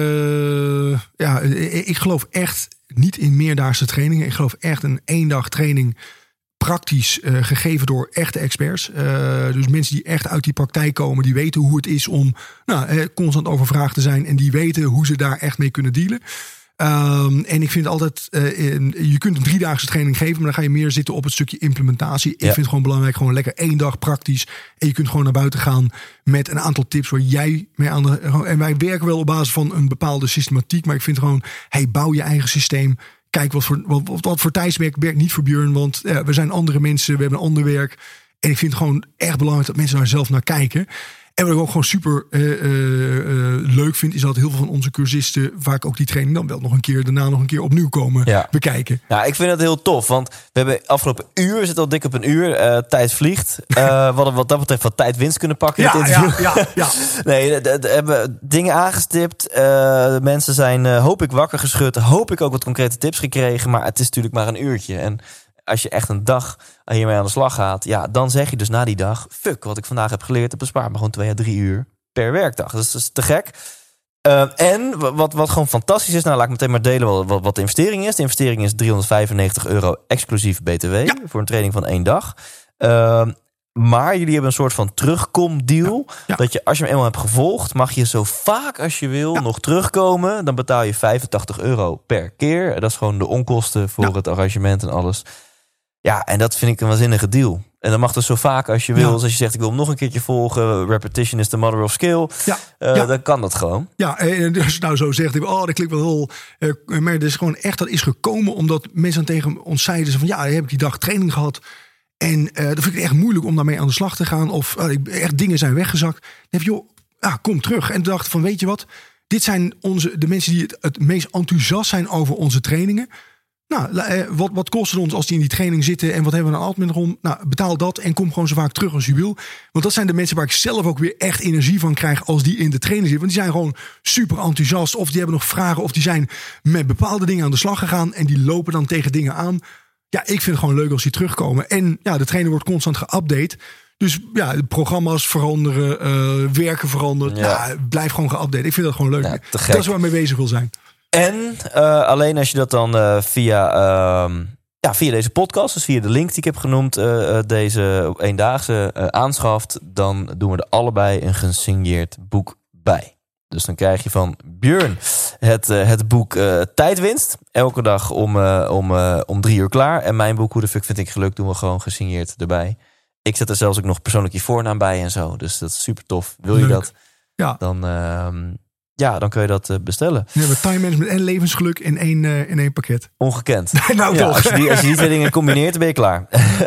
Speaker 1: uh, ja, ik geloof echt niet in meerdaagse trainingen. Ik geloof echt een eendag training praktisch uh, gegeven door echte experts. Uh, dus mensen die echt uit die praktijk komen, die weten hoe het is om nou, eh, constant overvraagd te zijn en die weten hoe ze daar echt mee kunnen dealen. Um, en ik vind altijd, uh, in, je kunt een driedaagse training geven, maar dan ga je meer zitten op het stukje implementatie. Ja. Ik vind het gewoon belangrijk, gewoon lekker één dag praktisch. En je kunt gewoon naar buiten gaan met een aantal tips waar jij mee aan de... En wij werken wel op basis van een bepaalde systematiek, maar ik vind gewoon, hey, bouw je eigen systeem. Kijk wat voor, wat, wat voor tijdswerk werkt niet voor Björn, want ja, we zijn andere mensen, we hebben een ander werk. En ik vind het gewoon echt belangrijk dat mensen daar zelf naar kijken. En wat ik ook gewoon super uh, uh, uh, leuk vind, is dat heel veel van onze cursisten vaak ook die training dan wel nog een keer daarna nog een keer opnieuw komen ja. bekijken.
Speaker 3: Ja, ik vind het heel tof, want we hebben afgelopen uur, we zitten al dik op een uur, uh, tijd vliegt. Uh, we hadden wat dat betreft wat tijd winst kunnen pakken in
Speaker 1: ja,
Speaker 3: dit interview.
Speaker 1: Ja, ja, ja.
Speaker 3: Nee, we hebben dingen aangestipt. Uh, mensen zijn, uh, hoop ik, wakker geschud. Hoop ik ook wat concrete tips gekregen, maar het is natuurlijk maar een uurtje. En als je echt een dag hiermee aan de slag gaat, ja, dan zeg je dus na die dag, fuck, wat ik vandaag heb geleerd, het bespaart me gewoon twee à drie uur per werkdag. Dus dat is te gek. Uh, en wat, wat gewoon fantastisch is, nou laat ik meteen maar delen wat, wat, wat de investering is. De investering is driehonderdvijfennegentig euro exclusief B T W ja. voor een training van één dag. Uh, maar jullie hebben een soort van terugkomdeal. Ja. Ja. Dat je, als je hem eenmaal hebt gevolgd, mag je zo vaak als je wil ja. nog terugkomen. Dan betaal je vijfentachtig euro per keer. Dat is gewoon de onkosten voor ja. het arrangement en alles. Ja, en dat vind ik een waanzinnige deal. En dat mag dus zo vaak als je wil.
Speaker 1: Ja.
Speaker 3: Als je zegt, ik wil hem nog een keertje volgen. Repetition is the mother of skill.
Speaker 1: Ja,
Speaker 3: Uh,
Speaker 1: ja.
Speaker 3: Dan kan dat gewoon.
Speaker 1: Ja, en als je nou zo zegt, oh, dat klinkt wel heel... Uh, maar het is gewoon echt, dat is gekomen omdat mensen tegen ons zeiden van, ja, heb ik die dag training gehad. En uh, dat vind ik echt moeilijk om daarmee aan de slag te gaan. Of uh, echt dingen zijn weggezakt. Dan heb je, joh, ja, kom terug. En dacht van, weet je wat? Dit zijn onze, de mensen die het, het meest enthousiast zijn over onze trainingen. Nou, uh, wat, wat kost het ons als die in die training zitten en wat hebben we dan altijd rond? Nou, betaal dat en kom gewoon zo vaak terug als je wil. Want dat zijn de mensen waar ik zelf ook weer echt energie van krijg als die in de training zitten. Want die zijn gewoon super enthousiast. Of die hebben nog vragen of die zijn met bepaalde dingen aan de slag gegaan. En die lopen dan tegen dingen aan. Ja, ik vind het gewoon leuk als die terugkomen. En ja, de trainer wordt constant geüpdate. Dus ja, de programma's veranderen, uh, werken veranderen.
Speaker 3: Ja.
Speaker 1: Ja, blijf gewoon geüpdate. Ik vind dat gewoon leuk.
Speaker 3: Ja, te gek.
Speaker 1: Dat is waar ik mee bezig wil zijn.
Speaker 3: En uh, alleen als je dat dan uh, via, uh, ja, via deze podcast, dus via de link die ik heb genoemd, uh, deze eendaagse uh, aanschaft, dan doen we er allebei een gesigneerd boek bij. Dus dan krijg je van Björn het, uh, het boek uh, Tijdwinst. Elke dag om, uh, om, uh, om drie uur klaar. En mijn boek Hoe de fuck vind ik geluk doen we gewoon gesigneerd erbij. Ik zet er zelfs ook nog persoonlijk je voornaam bij en zo. Dus dat is super tof. Wil je
Speaker 1: Leuk.
Speaker 3: dat?
Speaker 1: Ja.
Speaker 3: Dan... Uh, Ja, dan kun je dat uh, bestellen.
Speaker 1: We hebben time management en levensgeluk in één, uh, in één pakket.
Speaker 3: Ongekend.
Speaker 1: nou
Speaker 3: ja,
Speaker 1: toch.
Speaker 3: als, je die, als je die twee dingen combineert, dan ben je klaar.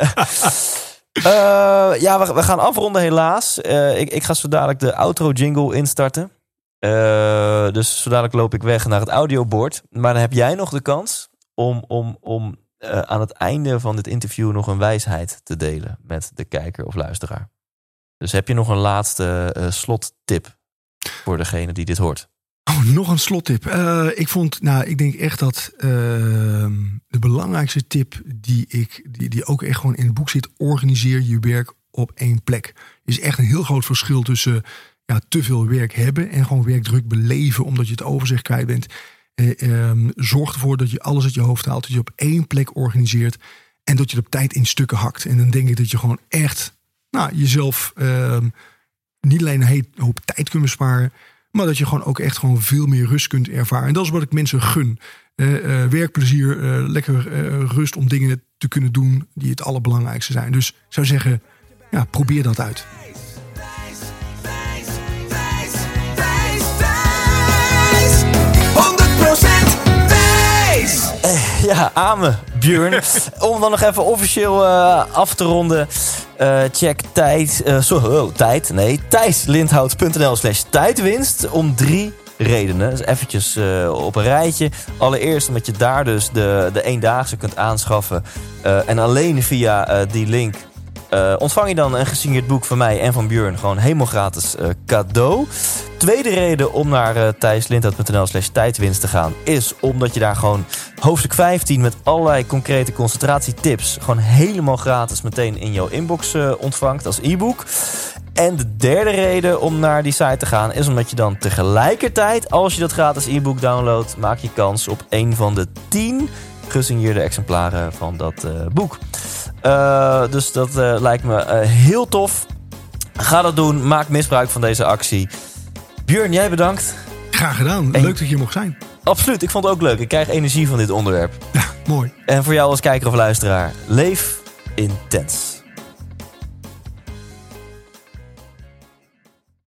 Speaker 3: uh, ja, we, we gaan afronden helaas. Uh, ik, ik ga zo dadelijk de outro jingle instarten. Uh, dus zo dadelijk loop ik weg naar het audiobord. Maar dan heb jij nog de kans om, om, om uh, aan het einde van dit interview nog een wijsheid te delen met de kijker of luisteraar. Dus heb je nog een laatste uh, slottip voor degene die dit hoort?
Speaker 1: Oh, nog een slottip. Uh, ik vond, nou, ik denk echt dat uh, de belangrijkste tip die ik, die, die ook echt gewoon in het boek zit, organiseer je werk op één plek. Er is echt een heel groot verschil tussen ja, te veel werk hebben en gewoon werkdruk beleven omdat je het overzicht kwijt bent. Uh, um, zorg ervoor dat je alles uit je hoofd haalt, dat je op één plek organiseert en dat je het op tijd in stukken hakt. En dan denk ik dat je gewoon echt, nou, jezelf uh, niet alleen een hoop tijd kunt besparen, maar dat je gewoon ook echt gewoon veel meer rust kunt ervaren. En dat is wat ik mensen gun. Uh, uh, werkplezier, uh, lekker uh, rust om dingen te kunnen doen die het allerbelangrijkste zijn. Dus ik zou zeggen, ja, probeer dat uit.
Speaker 2: honderd procent wijs!
Speaker 3: Ja, amen, Björn. Om dan nog even officieel uh, af te ronden. Uh, check tijd, uh, sorry, oh, tijd, nee, thijslindhout.nl slash tijdwinst om drie redenen. Dus eventjes uh, op een rijtje. Allereerst omdat je daar dus de, de eendaagse kunt aanschaffen. Uh, en alleen via uh, die link uh, ontvang je dan een gesigneerd boek van mij en van Björn. Gewoon helemaal gratis uh, cadeau. Tweede reden om naar uh, thijslindhout.nl slash tijdwinst te gaan is omdat je daar gewoon hoofdstuk vijftien met allerlei concrete concentratietips gewoon helemaal gratis meteen in jouw inbox uh, ontvangt als e-book. En de derde reden om naar die site te gaan is omdat je dan tegelijkertijd, als je dat gratis e-book downloadt, maak je kans op een van de tien gesigneerde exemplaren van dat uh, boek. Uh, dus dat uh, lijkt me uh, heel tof. Ga dat doen. Maak misbruik van deze actie. Björn, jij bedankt.
Speaker 1: Graag gedaan.
Speaker 3: En...
Speaker 1: Leuk dat je hier mocht zijn.
Speaker 3: Absoluut, ik vond het ook leuk. Ik krijg energie van dit onderwerp.
Speaker 1: Ja, mooi.
Speaker 3: En voor jou als kijker of luisteraar, leef intens.